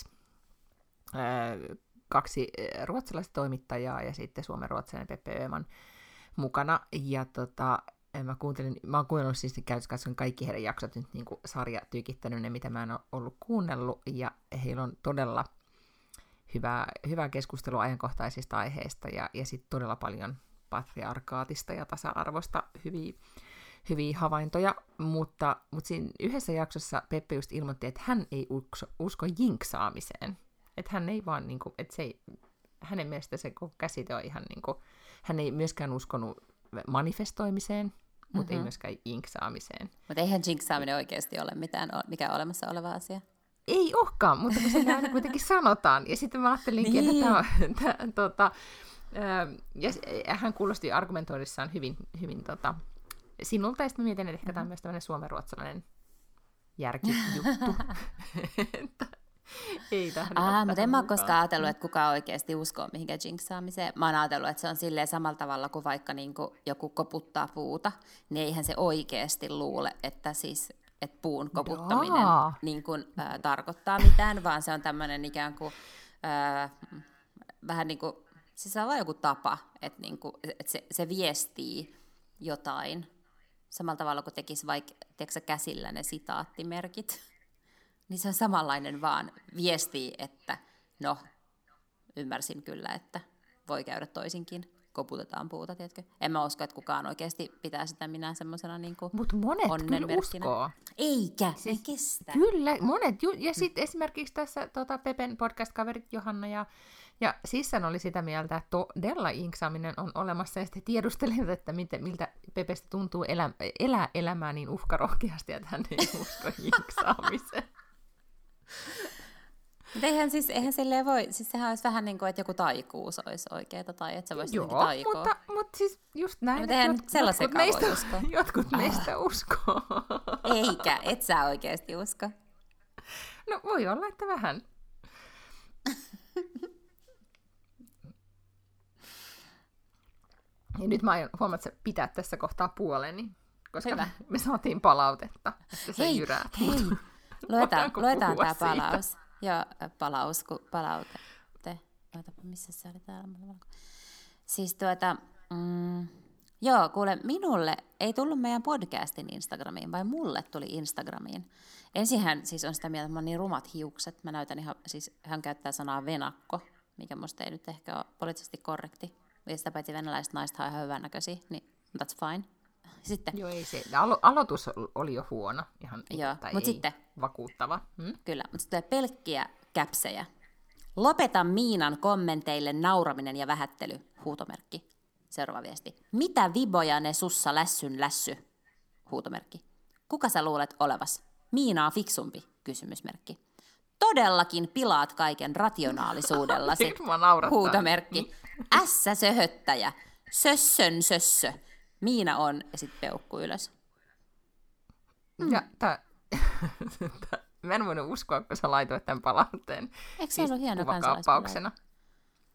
2 ruotsalaista toimittajaa ja sitten Suomen ruotsalainen Peppe Öhman mukana, ja mä oon kuunnellut siis katsoin kaikki heidän jaksot nyt niin kuin sarja tykittänyt ne, mitä mä en ole ollut kuunnellut, ja heillä on todella hyvää keskustelua ajankohtaisista aiheista, ja sitten todella paljon patriarkaatista ja tasa-arvosta hyviä havaintoja, mutta siinä yhdessä jaksossa Peppe just ilmoitti, että hän ei usko jinksaamiseen, että hän ei vaan, niin kuin, että se ei, hänen mielestä se käsite on ihan, niin kuin, hän ei myöskään uskonut manifestoimiseen, mutta ei myöskään jinksaamiseen. Mutta eihän jinksaaminen oikeasti ole mikään olemassa oleva asia. Ei olekaan, mutta kun se aina kuitenkin sanotaan. Ja sitten mä ajattelinkin, niin. Että ja hän kuulosti argumentoidessaan hyvin sinulta, ja sitten mä mietin, että ehkä tämä on myös tämmöinen suomenruotsalainen järkijuttu. Ei mutta en mä ole koskaan ajatellut, että kukaan oikeasti uskoo mihinkään jinksaamiseen. Mä oon ajatellut, että se on silleen samalla tavalla kuin vaikka niinku joku koputtaa puuta, niin eihän se oikeasti luule, että puun koputtaminen niin kuin, tarkoittaa mitään, vaan se on tämmöinen ikään kuin vähän niin kuin, siis se on vain joku tapa, että, niin kuin, että se viestii jotain. Samalla tavalla kuin tekisi vaikka käsillä ne sitaattimerkit. Niin se on samanlainen vaan viestii, että no, ymmärsin kyllä, että voi käydä toisinkin. Koputetaan puuta, tiedätkö? En mä usko, että kukaan oikeasti pitää sitä minä semmoisena niin kuin mutta monet kyllä uskoo. Eikä, siis, ei kestä. Kyllä, monet. Ja sitten esimerkiksi tässä Pepen podcast-kaverit Johanna ja Sissan oli sitä mieltä, että todella jinksaaminen on olemassa, ja sitten tiedustelivat, että miltä Pepestä tuntuu elää elämää niin uhkarohkeasti, että hän ei usko jinksaamiseen. Mutta eihän silleen voi, siis sehän olisi vähän niin kuin, että joku taikuus olisi oikeeta, tai että se voisi jotenkin taikoa. mutta siis just näin, että jotkut meistä uskoo. Eikä, et sä oikeasti usko. No voi olla, että vähän. Ja nyt mä aion huomata, että pitää tässä kohtaa puoleni, koska hyvä. Me saatiin palautetta, että se jyrää. Hei, luetaan tämä palaus. Joo, palaute. Ootapa, missä se oli täällä? Siis joo, kuule, minulle ei tullut meidän podcastin Instagramiin, vai mulle tuli Instagramiin. Ensinhän siis on sitä mieltä, että mä oon niin rumat hiukset. Mä näytän ihan, siis hän käyttää sanaa venakko, mikä musta ei nyt ehkä ole poliittisesti korrekti. Ja sitä paitsi venäläiset naiset on ihan hyvännäköisiä, niin that's fine. Sitten. Joo, ei se. Aloitus oli jo huono, ihan mutta sitten vakuuttava. Kyllä, mutta sitten pelkkiä käpsejä. Lopeta Miinan kommenteille nauraminen ja vähättely, huutomerkki. Seuraava viesti. Mitä viboja ne sussa lässy, huutomerkki. Kuka sä luulet olevas? Miina on fiksumpi, kysymysmerkki. Todellakin pilaat kaiken rationaalisuudellasi, huutomerkki. Ässä söhöttäjä, sössö. Miina on, ja sitten peukku ylös. Ja mä en voinut uskoa, kun sä laitoit tämän palautteen. Eikö se ollut hieno kuvakaappauksena?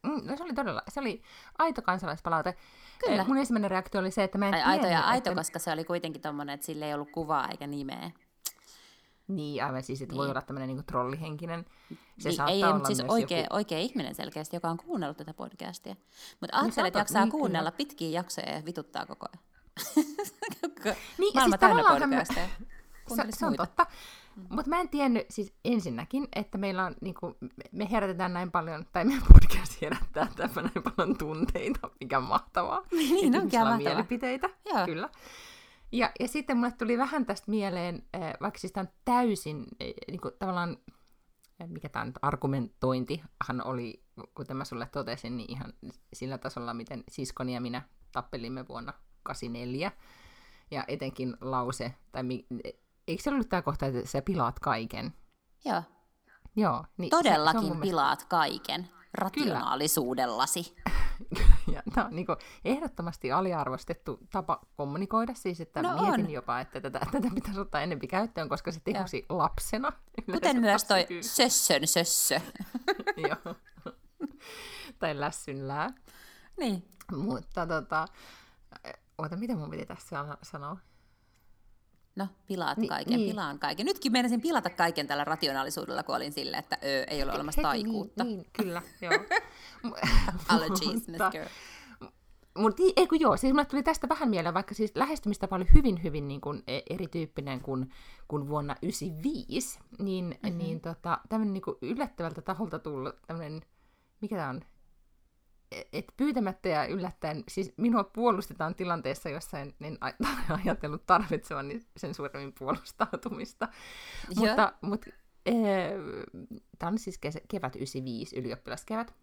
No se oli aito kansalaispalaute. Kyllä. Mun ensimmäinen reaktio oli se, että mä en tiennyt, aito ja aito, koska se oli kuitenkin tommonen, että sillä ei ollut kuvaa eikä nimeä. Niin, aivan siis, että voi olla tämmöinen niin trollihenkinen. Se niin, saattaa ei olla mutta siis myös oikea ihminen selkeästi, joka on kuunnellut tätä podcastia. Mutta ajattele, että jaksaa kuunnella pitkiä jaksoja ja vituttaa koko ajan. Maailma täynnä podcasteja. Se on totta. Mutta mä en tiennyt siis ensinnäkin, että meillä on, niinku, me herätetään näin paljon, tai meidän podcast herättää näin paljon tunteita, mikä on mahtavaa. Niin, onkin mahtavaa. Mielipiteitä, joo. Kyllä. Ja sitten mulle tuli vähän tästä mieleen, vaikka siis tämä on täysin, niinku, tavallaan, mikä tämä nyt argumentointihan oli, kuten mä sulle totesin, niin ihan sillä tasolla, miten siskoni ja minä tappelimme vuonna 1984. Ja etenkin lause, tai eikö se ollut tämä kohta, että sä pilaat kaiken? Joo. Joo. Niin todellakin pilaat kaiken rationaalisuudellasi. Ja tämä on niin kuin ehdottomasti aliarvostettu tapa kommunikoida, siis että mietin jopa, että tätä pitäisi ottaa enemmän käyttöön, koska se tehosi lapsena. Kuten myös toi sössön sössö. Joo. Tai lässynlää. Niin. Mutta mitä mun piti tässä sanoa? No, pilaat kaiken, pilaan kaiken. Nytkin meinasin pilata kaiken tällä rationaalisuudella, kun olin silleen, että ei ole olemassa taikuutta. Niin, kyllä, joo. Allergies, Miss Girl. Mutta joo, siis mulle tuli tästä vähän mieleen, vaikka siis lähestymistapa oli hyvin, hyvin niin kuin erityyppinen kuin vuonna 1995, niin tämmöinen niin kuin yllättävältä taholta tullut tämmöinen, mikä tämä on? Että pyytämättä ja yllättäen, siis minua puolustetaan tilanteessa, jossa en ajatellut tarvitsevani sen suuremmin puolustautumista. Mutta tämä on siis kevät 95, ylioppilaskevät.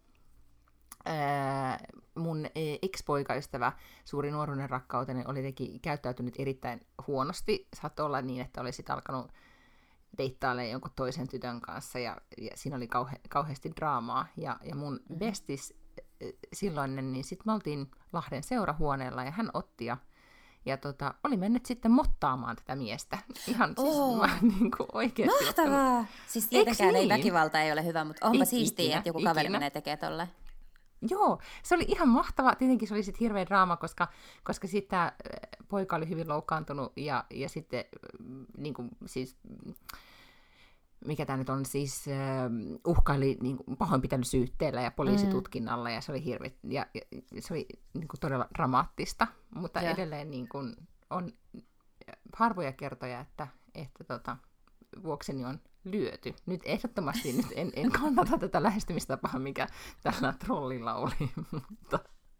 Mun ex-poikaystävä, suuri nuoruuden rakkauteni, oli käyttäytynyt erittäin huonosti. Saattoi olla niin, että oli sitten alkanut deittailemaan jonkun toisen tytön kanssa, ja siinä oli kauheasti draamaa. Ja mun bestis silloinen, niin sitten me oltiin Lahden seurahuoneella, ja hän otti ja oli mennyt sitten mottaamaan tätä miestä. Ihan siis niin kuin oikeasti. Mahtavaa! Siis tietenkään ei väkivalta ei ole hyvä, mutta onpa siistiä, että joku kaveri menee tekemään tolle. Joo, se oli ihan mahtavaa. Tietenkin se oli sitten hirveä draama, koska sitten tämä poika oli hyvin loukkaantunut, ja sitten niin kuin, siis mikä tämä nyt on, siis uhkaili niin kuin pahoinpitelysyytteellä ja poliisitutkinnalla, ja se oli hirveä, ja se oli niin kuin todella dramaattista, mutta edelleen niin kuin on harvoja kertoja, että vuokseni on lyöty. Nyt ehdottomasti nyt en kannata tätä lähestymistapaa, mikä tällä trollilla oli, mutta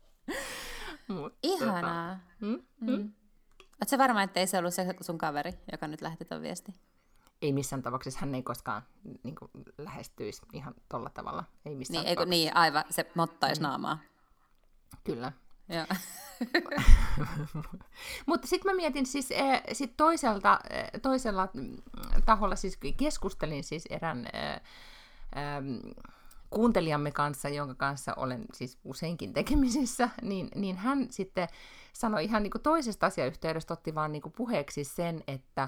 ihanaa. Oletko varma, ettei se ollut se sun kaveri, joka nyt lähetti ton viesti? Ei missään tapauksessa, hän ei koskaan niin kuin, lähestyisi ihan tolla tavalla. Ei missään tapauksessa. Niin, aivan, se mottaisi naamaa. Kyllä. Joo. Mutta sitten mä mietin siis sit toisella taholla, siis keskustelin siis erään kuuntelijamme kanssa, jonka kanssa olen siis useinkin tekemisissä, niin hän sitten sanoi ihan niin kuin toisesta asiayhteydestä, otti vaan niin kuin puheeksi sen, että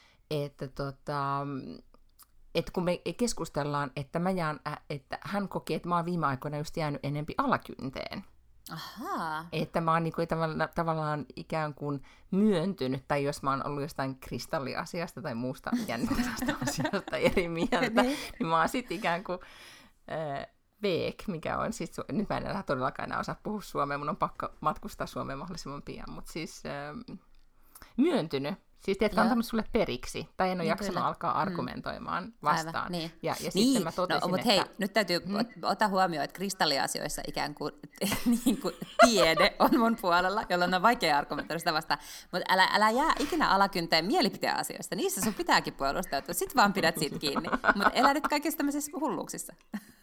kun me keskustellaan, että hän koki, että mä oon viime aikoina just jäänyt enempi alakynteen. Ahaa. Että mä oon niin kuin tavallaan ikään kuin myöntynyt, tai jos mä oon ollut jostain kristalliasiasta tai muusta jännittävästä asiasta eri mieltä, niin mä oon sitten ikään kuin veek, mikä on siis, nyt mä en enää todellakaan enää osaa puhua suomea, mun on pakko matkustaa Suomeen mahdollisimman pian, mutta siis myöntynyt. Siis teetkö antanut sulle periksi, tai en ole jaksanut alkaa argumentoimaan vastaan. Aivan, niin. Ja sitten mä totesin, mutta hei, nyt täytyy ottaa huomioon, että kristalliasioissa ikään kuin, niin kuin tiede on mun puolella, jolloin on vaikea argumentoida sitä vastaan. Mutta älä jää ikinä alakynteen mielipiteen asioista. Niissä sun pitääkin puolustautua. Sitten vaan pidät siitä kiinni. Mutta elä nyt kaikissa tämmöisissä hulluuksissa.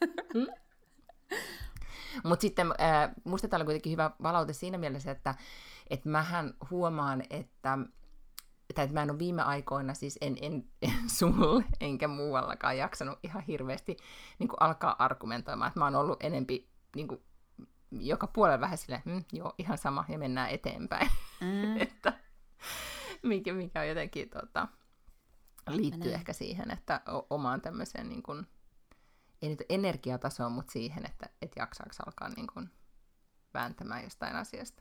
Mutta sitten musta täällä on kuitenkin hyvä palaute siinä mielessä, että mähän huomaan, että mä en ole viime aikoina, siis en sulle enkä muuallakaan jaksanut ihan hirveästi niin kuin alkaa argumentoimaan, että mä oon ollut enempi niin kuin, joka puolella vähän silleen, joo, ihan sama, ja mennään eteenpäin. Että, mikä on jotenkin liittyy ehkä siihen, että omaan tämmöiseen niin kuin ei nyt energiatasoa, mutta siihen, että jaksaako alkaa niin kuin vääntämään jostain asiasta.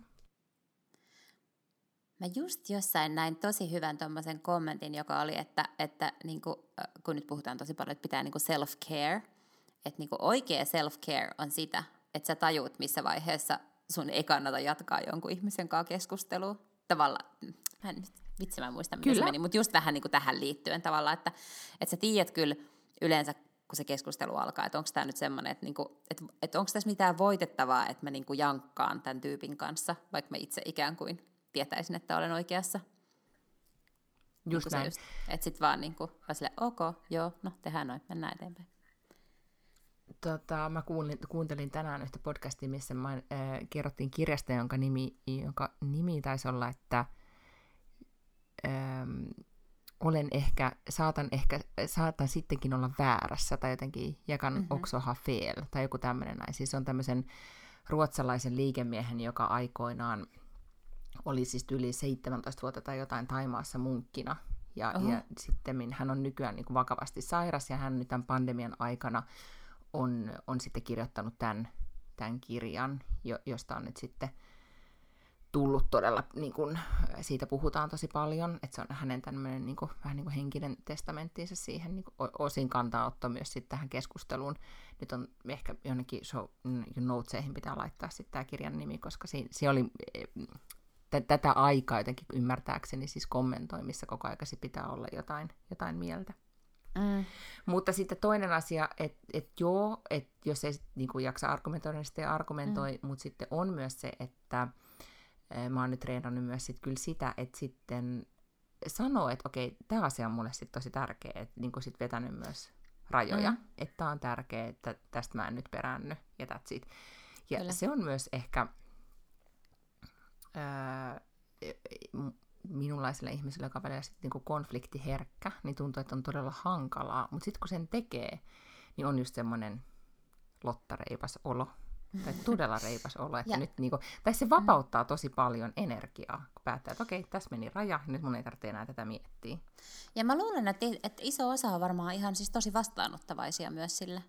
Mä just jossain näin tosi hyvän tommosen kommentin, joka oli, että niin kuin, kun nyt puhutaan tosi paljon, että pitää niin kuin self-care, että niin kuin oikea self-care on sitä, että sä tajuut, missä vaiheessa sun ei kannata jatkaa jonkun ihmisen kanssa keskustelua. Tavallaan, mä en muista, miten se meni, mutta just vähän niin kuin tähän liittyen tavallaan, että sä tiedät kyllä yleensä, kun se keskustelu alkaa, että onko tämä nyt semmoinen, että onko tässä mitään voitettavaa, että mä niin kuin jankkaan tämän tyypin kanssa, vaikka mä itse ikään kuin tietäisin, että olen oikeassa. Just näin. Että sit vaan niin kuin, ok, joo, no tehdään noin, mennään eteenpäin. Mä kuuntelin tänään yhtä podcastia, missä kerrottiin kirjasta, jonka nimi taisi olla, että saatan sittenkin olla väärässä, tai jotenkin jakan oksoha fel, tai joku tämmöinen näin. Siis on tämmöisen ruotsalaisen liikemiehen, joka aikoinaan oli siis yli 17 vuotta tai jotain Thaimaassa munkkina, ja sitten hän on nykyään niin kuin vakavasti sairas, ja hän nyt tämän pandemian aikana on sitten kirjoittanut tämän kirjan, josta on nyt sitten tullut todella, niin kuin, siitä puhutaan tosi paljon, että se on hänen tämmöinen niin kuin, vähän niin kuin henkinen testamenttinsa siihen, niin kuin, osin kantaa-otto myös sitten tähän keskusteluun. Nyt on ehkä jonnekin notesihin pitää laittaa sitten tämä kirjan nimi, koska se oli tätä aikaa jotenkin ymmärtääkseni siis kommentoi, missä koko ajan pitää olla jotain mieltä. Mutta sitten toinen asia, että jos ei niinku jaksa argumentoida, niin sitten argumentoi, mutta sitten on myös se, että mä oon nyt treenannut myös sit kyllä sitä, että sitten sanoo, että okei, tämä asia on mulle sitten tosi tärkeä, että niinku sit vetänyt myös rajoja, että tämä on tärkeä, että tästä mä en nyt peräänny, ja that's it. Ja kyllä. Se on myös ehkä minunlaiselle ihmiselle, joka on välillä niin konfliktiherkkä, niin tuntuu, että on todella hankalaa. Mutta sitten kun sen tekee, niin on just semmoinen lottareipas olo. Tai todella reipas olo. Että nyt, niin kuin, tai se vapauttaa tosi paljon energiaa, kun päättää, että okei, tässä meni raja, ja nyt mun ei tarvitse enää tätä miettiä. Ja mä luulen, että iso osa on varmaan ihan siis tosi vastaanottavaisia myös sille.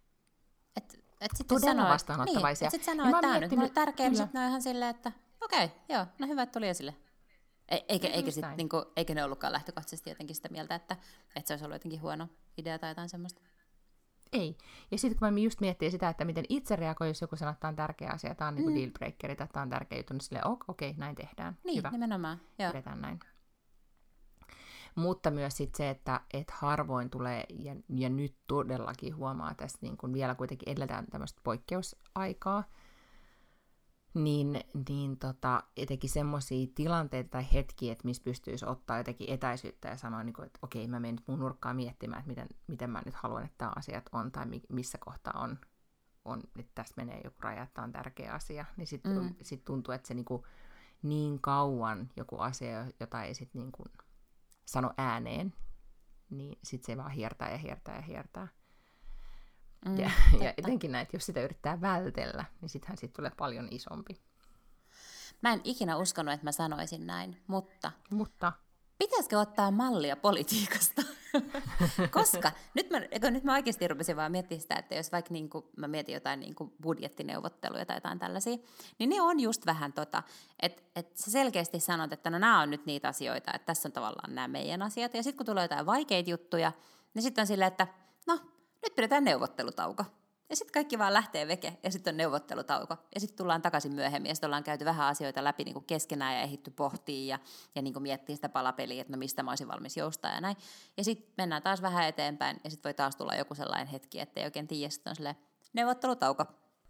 Todella vastaanottavaisia. Niin, että sitten sanoo, että tämä on nyt mulle tärkeä, niin sitten on ihan silleen, että okei, joo, no hyvä, että tuli esille. Eikä ne ollutkaan lähtökohtaisesti jotenkin sitä mieltä, että se olisi ollut jotenkin huono idea tai jotain semmoista. Ei. Ja sitten kun mä just miettii sitä, että miten itse reagoi, jos joku sanoo, että tämä on tärkeä asia, tämä on niin dealbreakeri, tai tämä on tärkeä juttu, niin silleen, okei, näin tehdään. Niin, hyvä. Nimenomaan. Pidetään näin. Mutta myös sit se, että harvoin tulee, ja nyt todellakin huomaa tässä, niin kun vielä kuitenkin edelletään tämmöistä poikkeusaikaa, niin etenkin semmoisia tilanteita tai hetkiä, että missä pystyisi ottaa jotenkin etäisyyttä ja sanoa, että okei, mä menen nyt mun nurkkaan miettimään, että miten mä nyt haluan, että tämä asiat on, tai missä kohtaa on että tässä menee joku raja, että tämä on tärkeä asia, niin sitten sit tuntuu, että se niin kauan joku asia, jota ei sitten niin kuin sano ääneen, niin sitten se vaan hiertää ja hiertää ja hiertää. Ja etenkin näin, että jos sitä yrittää vältellä, niin sittenhän siitä tulee paljon isompi. Mä en ikinä uskonut, että mä sanoisin näin, mutta pitäisikö ottaa mallia politiikasta? Koska nyt mä oikeasti rupesin vaan miettimään sitä, että jos vaikka mä mietin jotain budjettineuvotteluja tai jotain tällaisia, niin ne on just vähän että sä selkeästi sanot, että no nämä on nyt niitä asioita, että tässä on tavallaan nämä meidän asiat, ja sitten kun tulee jotain vaikeita juttuja, niin sitten on silleen, että no, nyt pidetään neuvottelutauko. Ja sitten kaikki vaan lähtee veke, ja sitten on neuvottelutauko. Ja sitten tullaan takaisin myöhemmin, ja sitten ollaan käyty vähän asioita läpi niin kuin keskenään, ja ehditty pohtia, ja niin kuin miettiä sitä palapeliä, että no mistä mä olisin valmis joustaa, ja näin. Ja sitten mennään taas vähän eteenpäin, ja sitten voi taas tulla joku sellainen hetki, ettei oikein tiedä, sitten on silleen neuvottelutauko.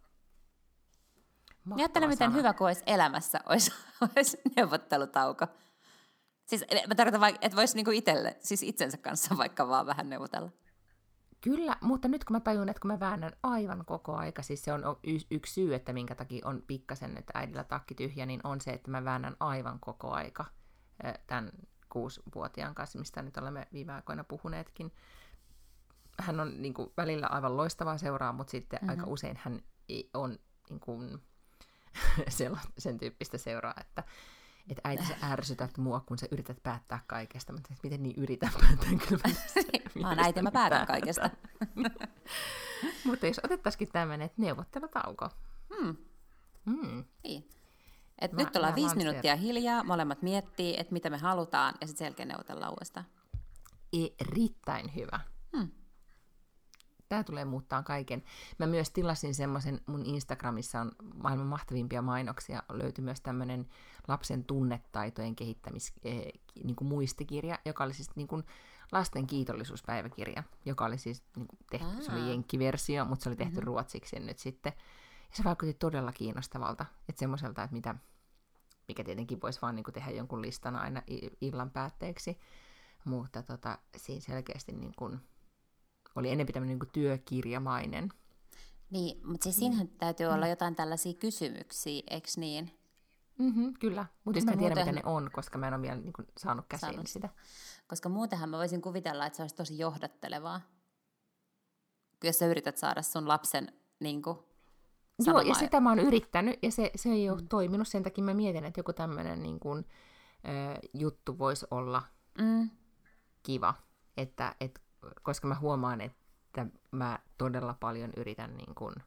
Ajattele, miten hyvä, kun olisi elämässä, olisi neuvottelutauko. Siis mä tarkoitan, että voisi niinku itselle, siis itsensä kanssa vaikka vaan vähän neuvotella. Kyllä, mutta nyt kun mä tajun, että kun mä väännän aivan koko aika, siis se on yksi syy, että minkä takia on pikkasen, että äidillä takki tyhjä, niin on se, että mä väännän aivan koko aika tämän 6-vuotiaan kanssa, mistä nyt olemme viime aikoina puhuneetkin. Hän on niin kuin, välillä aivan loistavaa seuraa, mutta sitten aika usein hän on niin kuin, sen tyyppistä seuraa, että äiti, sä ärsytät mua, kun sä yrität päättää kaikesta. Mä tiedän, miten niin yritän päättää? Kyllä mä oon äiti, mä päätän kaikesta. Mutta jos otettaisikin tämmöinen neuvottelutauko. Niin. Nyt ollaan 5 minuuttia hiljaa, molemmat miettii, että mitä me halutaan, ja sitten sen jälkeen neuvotellaan uudestaan. Erittäin hyvä. Tämä tulee muuttaa kaiken. Mä myös tilasin semmoisen, mun Instagramissa on maailman mahtavimpia mainoksia, löytyi myös tämmöinen lapsen tunnetaitojen niin kuin muistikirja, joka oli siis niin kuin lasten kiitollisuuspäiväkirja, joka oli siis niin kuin tehty, se oli jenkkiversio, mutta se oli tehty ruotsiksi nyt sitten. Ja se vaikutti todella kiinnostavalta, että semmoiselta, että mikä tietenkin voisi vaan niin kuin tehdä jonkun listan aina illan päätteeksi, mutta siinä selkeästi niin kuin oli enemmän tämmöinen niin kuin työkirjamainen. Niin, mutta siis siinähän täytyy olla jotain tällaisia kysymyksiä, eikö niin? Kyllä, mutta mä en tiedä, mitä ne on, koska mä en ole vielä niin kuin saanut käsiin sitä. Koska muutenhan mä voisin kuvitella, että se olisi tosi johdattelevaa, jos sä yrität saada sun lapsen niin kuin sanomaan. Joo, ja sitä mä oon yrittänyt, ja se ei ole toiminut. Sen takia mä mietin, että joku tämmöinen niin kuin, juttu voisi olla kiva, koska mä huomaan, että mä todella paljon yritän, niin kuin,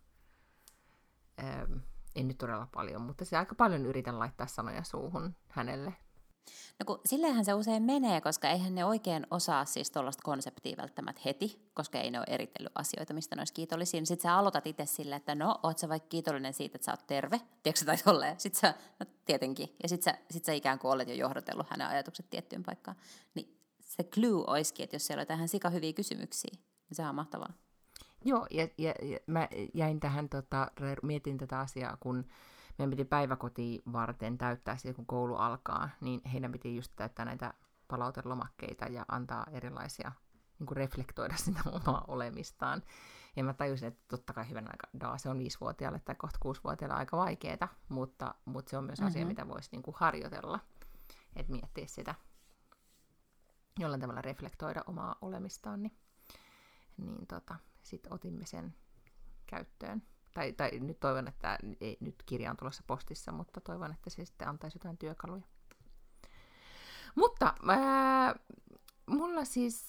en nyt todella paljon, mutta se aika paljon yritän laittaa sanoja suuhun hänelle. No kun silleenhän se usein menee, koska eihän ne oikein osaa siis tuollaista konseptia välttämättä heti, koska ei ne ole eritellyt asioita, mistä ne olisi kiitollisia. Sitten sä aloitat itse silleen, että no, oot sä vaikka kiitollinen siitä, että sä oot terve, tiedätkö tai tolleen. Sitten sä, no tietenkin, ja sit sä ikään kuin olet jo johdatellut hänen ajatukset tiettyyn paikkaan. Niin se clue olisikin, että jos siellä on tähän sika hyviä kysymyksiä, niin sehän on mahtavaa. Joo, ja mä jäin tähän, mietin tätä asiaa, kun meidän piti päiväkotiin varten täyttää sitten, kun koulu alkaa, niin heidän piti just täyttää näitä palautelomakkeita ja antaa erilaisia, niin kuin reflektoida sitä omaa olemistaan. Ja mä tajusin, että totta kai hyvän aikaa, se on 5-vuotiaalle tai kohta 6-vuotiaalle aika vaikeaa, mutta se on myös asia, mitä voisi niin kuin harjoitella, että miettiä sitä, jollain tavalla reflektoida omaa olemistaan, niin sitten otimme sen käyttöön. Tai nyt toivon, että ei nyt kirja on tulossa postissa, mutta toivon, että se sitten antaisi jotain työkaluja. Mutta mulla siis,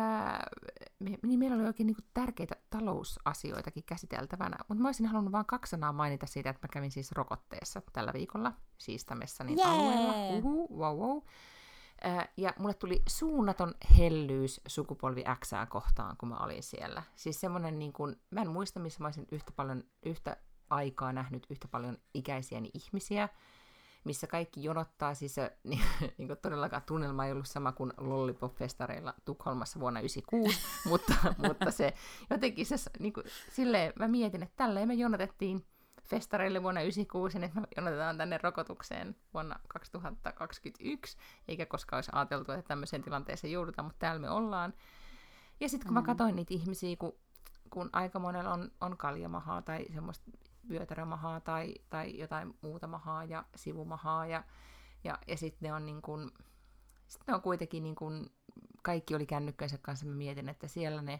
niin meillä oli oikein niin tärkeitä talousasioitakin käsiteltävänä, mutta mä olisin halunnut vain 2 sanaa mainita siitä, että mä kävin siis rokotteessa tällä viikolla Siistamässäni alueella. Wow. Ja mulle tuli suunnaton hellyys sukupolvi X:ää kohtaan, kun mä olin siellä. Siis semmoinen, niin kuin, mä en muista, missä mä olisin yhtä aikaa nähnyt yhtä paljon ikäisiäni ihmisiä, missä kaikki jonottaa. Siis niin kuin todellakaan tunnelma ei ollut sama kuin Lollipop-festareilla Tukholmassa vuonna 1996, mutta se jotenkin se, niin kuin, silleen mä mietin, että tälleen me jonotettiin festareille vuonna 1996, niin me jonotetaan tänne rokotukseen vuonna 2021, eikä koskaan olisi ajateltu, että tämmöiseen tilanteeseen joudutaan, mutta täällä me ollaan. Ja sitten kun mä katsoin niitä ihmisiä, kun aika monella on kaljamahaa tai semmoista vyötärömahaa tai jotain muuta mahaa ja sivumahaa, ja sitten ne on niin kuin, sitten ne on kuitenkin niin kuin, kaikki oli kännykkäinsä kanssa, mä mietin, että siellä ne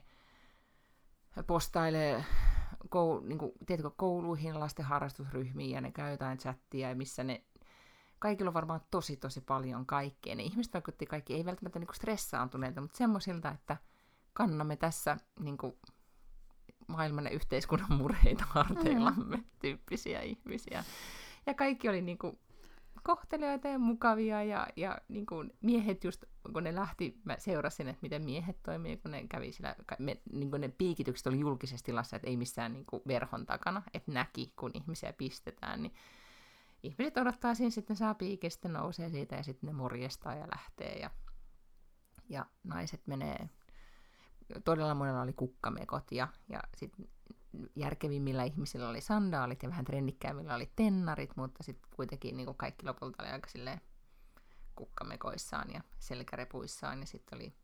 postailee niin kuin, tiedätkö, kouluihin, lasten harrastusryhmiin, ja ne käy jotain chattia, ja missä ne, kaikilla on varmaan tosi paljon kaikkea. Ne ihmiset vaikutti kaikki, ei välttämättä niin kuin stressaantuneilta, mutta semmoisilta, että kannamme tässä niin kuin, maailman ja yhteiskunnan murheita harteillamme tyyppisiä ihmisiä. Ja kaikki oli niin kuin kohteliaita ja mukavia, ja niin kuin miehet just, kun ne lähti, mä seurasin, että miten miehet toimii, kun ne kävi siellä, niin kuin ne piikitykset oli julkisessa tilassa, että ei missään niin kuin verhon takana, että näki, kun ihmisiä pistetään, niin ihmiset odottaa siinä, sitten saa piikin, sitten nousee siitä, ja sitten ne morjestaa ja lähtee, ja naiset menee, todella monella oli kukkamekot, ja sitten järkevimmillä ihmisillä oli sandaalit ja vähän trennikkäämmillä oli tennarit, mutta sitten kuitenkin niin kuin kaikki lopulta oli aika silleen kukkamekoissaan ja selkärepuissaan, ja sitten oli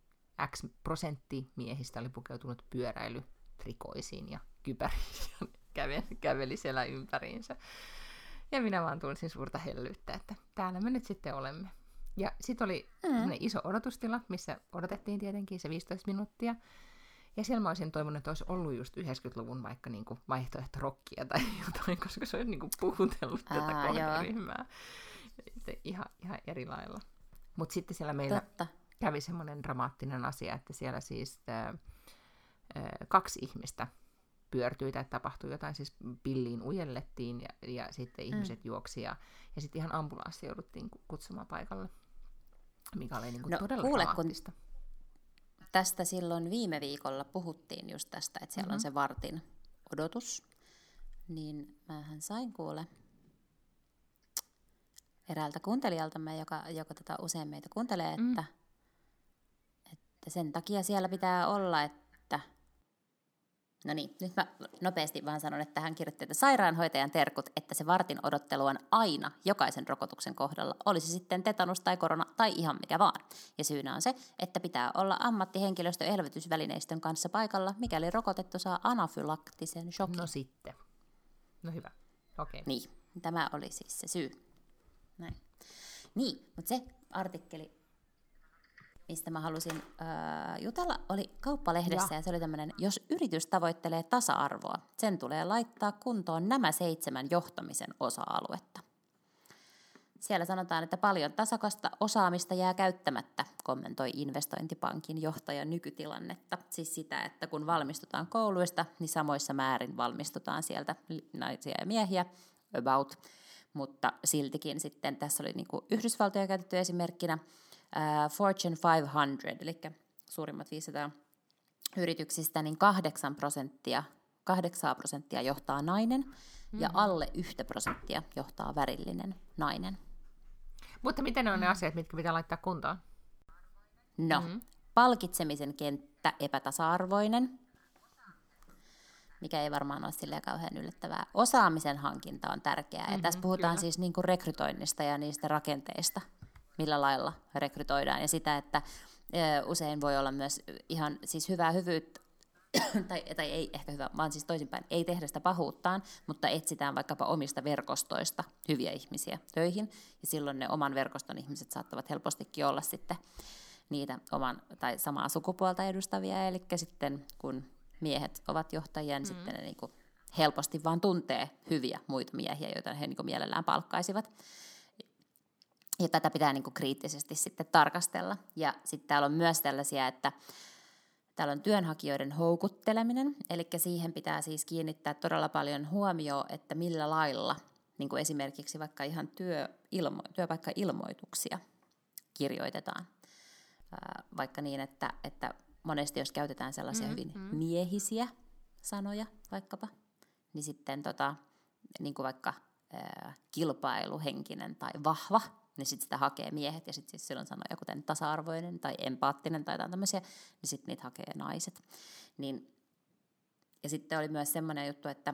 X% miehistä oli pukeutunut pyöräilytrikoisiin ja kypäriin ja käveli siellä ympäriinsä. Ja minä vaan tunsin suurta hellyyttä, että täällä me nyt sitten olemme. Ja sitten oli iso odotustila, missä odotettiin tietenkin se 15 minuuttia. Ja siellä mä olisin toivonut, että olisi ollut just 90-luvun vaikka niin kuin vaihtoehtorokkia tai jotain, koska se olisi niin kuin puhutellut tätä kohderyhmää. Ihan eri lailla. Mutta sitten siellä meillä kävi semmoinen dramaattinen asia, että siellä siis 2 ihmistä pyörtyi tai tapahtui jotain, siis pilliin ujellettiin ja sitten ihmiset juoksi ja sitten ihan ambulanssi jouduttiin kutsumaan paikalle, mikä oli niin kuin todella dramaattista. Tästä silloin viime viikolla puhuttiin just tästä, että siellä on se vartin odotus, niin mähän sain kuule eräältä kuuntelijaltamme, joka usein meitä kuuntelee, että sen takia siellä pitää olla, että... No niin, nyt mä nopeasti vaan sanon, että hän kirjoitti, että sairaanhoitajan terkut, että se vartin odottelu on aina jokaisen rokotuksen kohdalla, olisi sitten tetanus tai korona tai ihan mikä vaan. Ja syynä on se, että pitää olla ammattihenkilöstö elvytysvälineistön kanssa paikalla, mikäli rokotettu saa anafylaktisen shokin. No sitten. No hyvä. Okei. Niin, tämä oli siis se syy. Näin. Niin, mutta se artikkeli, mistä mä halusin jutella, oli Kauppalehdessä, ja se oli tämmöinen, jos yritys tavoittelee tasa-arvoa, sen tulee laittaa kuntoon nämä 7 johtamisen osa-aluetta. Siellä sanotaan, että paljon tasakasta osaamista jää käyttämättä, kommentoi Investointipankin johtajan nykytilannetta. Siis sitä, että kun valmistutaan kouluista, niin samoissa määrin valmistutaan sieltä naisia ja miehiä, about. Mutta siltikin sitten, tässä oli niin kuin Yhdysvaltoja käytetty esimerkkinä, Fortune 500, eli suurimmat 500 yrityksistä, niin 8% johtaa nainen, ja alle 1% johtaa värillinen nainen. Mutta miten ne on ne asiat, mitkä pitää laittaa kuntoon? No, palkitsemisen kenttä epätasa-arvoinen, mikä ei varmaan ole silleen kauhean yllättävää. Osaamisen hankinta on tärkeää, ja tässä puhutaan siis niin kuin rekrytoinnista ja niistä rakenteista, millä lailla rekrytoidaan, ja sitä, että usein voi olla myös ihan siis hyvää hyvyyttä, tai ei ehkä hyvä, vaan siis toisinpäin, ei tehdä sitä pahuuttaan, mutta etsitään vaikkapa omista verkostoista hyviä ihmisiä töihin, ja silloin ne oman verkoston ihmiset saattavat helpostikin olla sitten niitä oman tai samaa sukupuolta edustavia, eli sitten kun miehet ovat johtajia, niin sitten ne niin kuin helposti vaan tuntee hyviä muita miehiä, joita he niin kuin mielellään palkkaisivat. Ja tätä pitää niin kuin kriittisesti sitten tarkastella. Ja sitten täällä on myös tällaisia, että täällä on työnhakijoiden houkutteleminen, eli siihen pitää siis kiinnittää todella paljon huomioon, että millä lailla, niin kuin esimerkiksi vaikka ihan työpaikkailmoituksia kirjoitetaan. Vaikka niin, että monesti jos käytetään sellaisia hyvin miehisiä sanoja vaikkapa, niin sitten niin kuin vaikka kilpailuhenkinen tai vahva, niin sitten sitä hakee miehet, ja sitten siis silloin sanoja kuten tasa-arvoinen tai empaattinen tai jotain tämmöisiä, niin sitten niitä hakee naiset. Ja sitten oli myös semmoinen juttu, että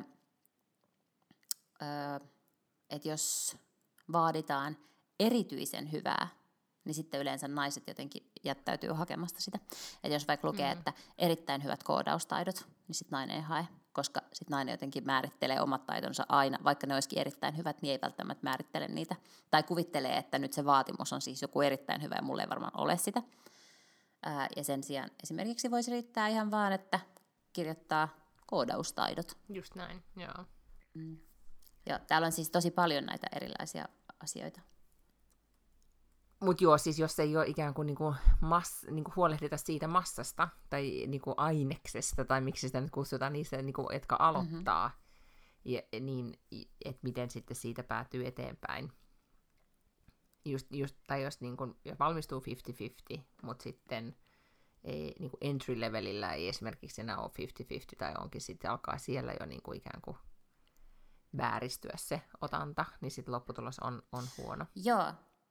jos vaaditaan erityisen hyvää, niin sitten yleensä naiset jotenkin jättäytyy hakemasta sitä. Että jos vaikka lukee, että erittäin hyvät koodaustaidot, niin sitten nainen ei hae, koska sitten nainen jotenkin määrittelee omat taitonsa aina, vaikka ne olisikin erittäin hyvät, niin ei välttämättä määrittele niitä. Tai kuvittelee, että nyt se vaatimus on siis joku erittäin hyvä, ja mulla ei varmaan ole sitä. Ja sen sijaan esimerkiksi voisi riittää ihan vaan, että kirjoittaa koodaustaidot. Just näin, joo. Ja täällä on siis tosi paljon näitä erilaisia asioita. Mutta joo, siis jos ei ole ikään kuin, niinku huolehdita siitä massasta tai niinku aineksesta, tai miksi sitä nyt kutsutaan, niistä, niinku, jotka aloittaa, niin että miten sitten siitä päätyy eteenpäin. Tai jos niinku, valmistuu 50-50, mutta sitten ei, niinku entry-levelillä ei esimerkiksi enää ole 50-50, tai onkin sitten alkaa siellä jo niinku ikään kuin vääristyä se otanta, niin sitten lopputulos on huono. Joo.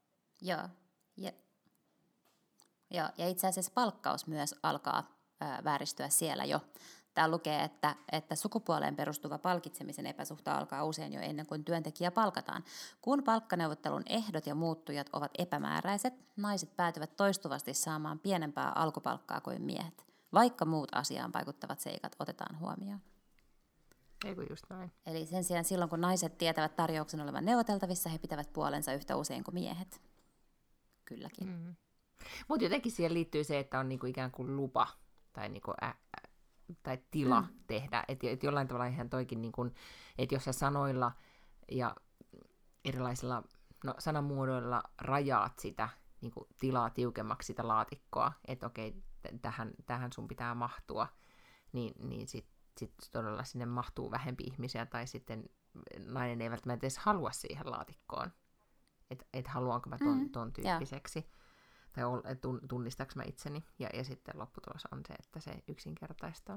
Ja itse asiassa palkkaus myös alkaa vääristyä siellä jo. Täällä lukee, että sukupuoleen perustuva palkitsemisen epäsuhta alkaa usein jo ennen kuin työntekijä palkataan. Kun palkkaneuvottelun ehdot ja muuttujat ovat epämääräiset, naiset päätyvät toistuvasti saamaan pienempää alkupalkkaa kuin miehet, vaikka muut asiaan vaikuttavat seikat otetaan huomioon. Ei kun just näin. Eli sen sijaan silloin, kun naiset tietävät tarjouksen olevan neuvoteltavissa, he pitävät puolensa yhtä usein kuin miehet. Kylläkin. Mutta jotenkin siihen liittyy se, että on niinku ikään kuin lupa tai, niinku tai tila tehdä. Että jollain tavalla ihan toikin, niinku, että jos sä sanoilla ja erilaisilla sanamuodoilla rajaat sitä niinku, tilaa tiukemmaksi sitä laatikkoa, että okei, tähän sun pitää mahtua, niin sitten todella sinne mahtuu vähempi ihmisiä, tai sitten nainen ei välttämättä edes halua siihen laatikkoon. Että haluanko mä ton tyyppiseksi, tai tunnistaanko mä itseni, ja sitten lopputulos on se, että se yksinkertaistaa.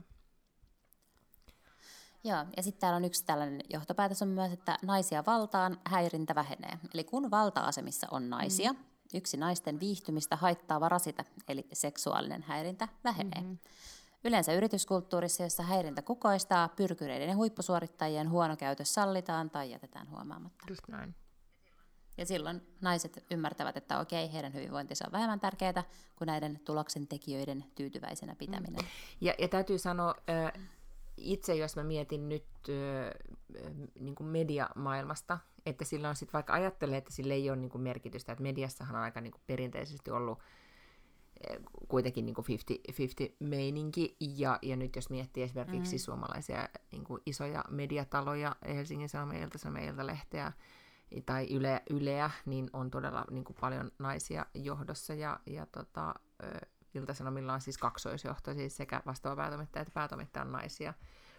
Joo, ja sitten täällä on yksi tällainen johtopäätös on myös, että naisia valtaan, häirintä vähenee. Eli kun valta-asemissa on naisia, yksi naisten viihtymistä haittaava rasite, eli seksuaalinen häirintä, vähenee. Yleensä yrityskulttuurissa, jossa häirintä kukoistaa, pyrkyreiden ja huippusuorittajien huono käytös sallitaan tai jätetään huomaamatta. Just näin. Ja silloin naiset ymmärtävät, että okei, heidän hyvinvointinsa on vähemmän tärkeää kuin näiden tuloksen tekijöiden tyytyväisenä pitäminen. Ja täytyy sanoa, itse jos mä mietin nyt niin kuin mediamaailmasta, että sillä on sitten, vaikka ajattelee, että sillä ei ole niin kuin merkitystä, että mediassahan on aika niin kuin perinteisesti ollut kuitenkin niin kuin 50-50 meininki, ja nyt jos miettii esimerkiksi suomalaisia niin kuin isoja mediataloja, Helsingin Sanomia, Ilta-Sanomia, Iltalehteä tai Yleä, niin on todella niin kuin paljon naisia johdossa, ja Ilta-Sanomilla on siis kaksoisjohto, siis sekä vastaava päätoimittaja että päätoimittaja on naisia.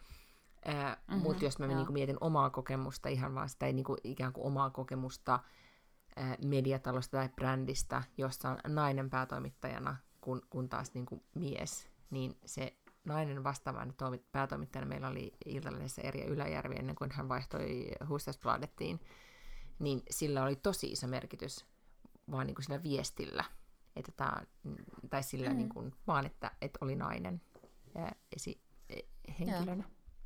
Mutta jos mä niin mietin omaa kokemusta, ihan vaan sitä niin kuin ikään kuin omaa kokemusta mediatalosta tai brändistä, jossa on nainen päätoimittajana, kun taas niin kuin mies, niin se nainen vastaavana päätoimittajana meillä oli Iltalehdessä Erja Yläjärvi ennen kuin hän vaihtoi Hufvudstadsbladettiin, niin sillä oli tosi iso merkitys vaan niin kuin sillä viestillä, että tai sillä niin kuin, vaan, että oli nainen henkilönä.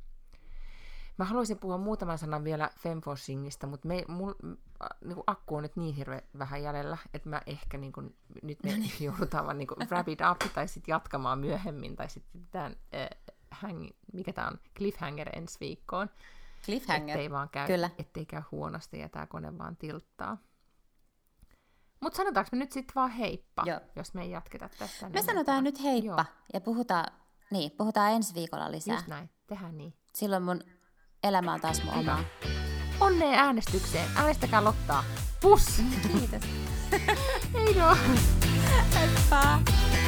Mä haluaisin puhua muutaman sanan vielä femwashingista, mutta niin kuin akku on nyt niin hirveän vähän jäljellä, että mä ehkä niin kuin, nyt me joudutaan vaan niin kuin wrap it up, tai sitten jatkamaan myöhemmin, tai sitten tämän, mikä tää on, cliffhanger ensi viikkoon. Cliffhanger, ettei käy huonosti ja tää kone vaan tilttaa. Mutta sanotaanko me nyt sitten vaan heippa, jos me ei jatketa tästä? Me sanotaan nyt heippa, ja puhutaan ensi viikolla lisää. Just näin, tehdään niin. Silloin mun elämä on taas mun omaa. Onnea äänestykseen. Äänestäkää Lottaa. Pus! Kiitos. Heidoo! Heippa!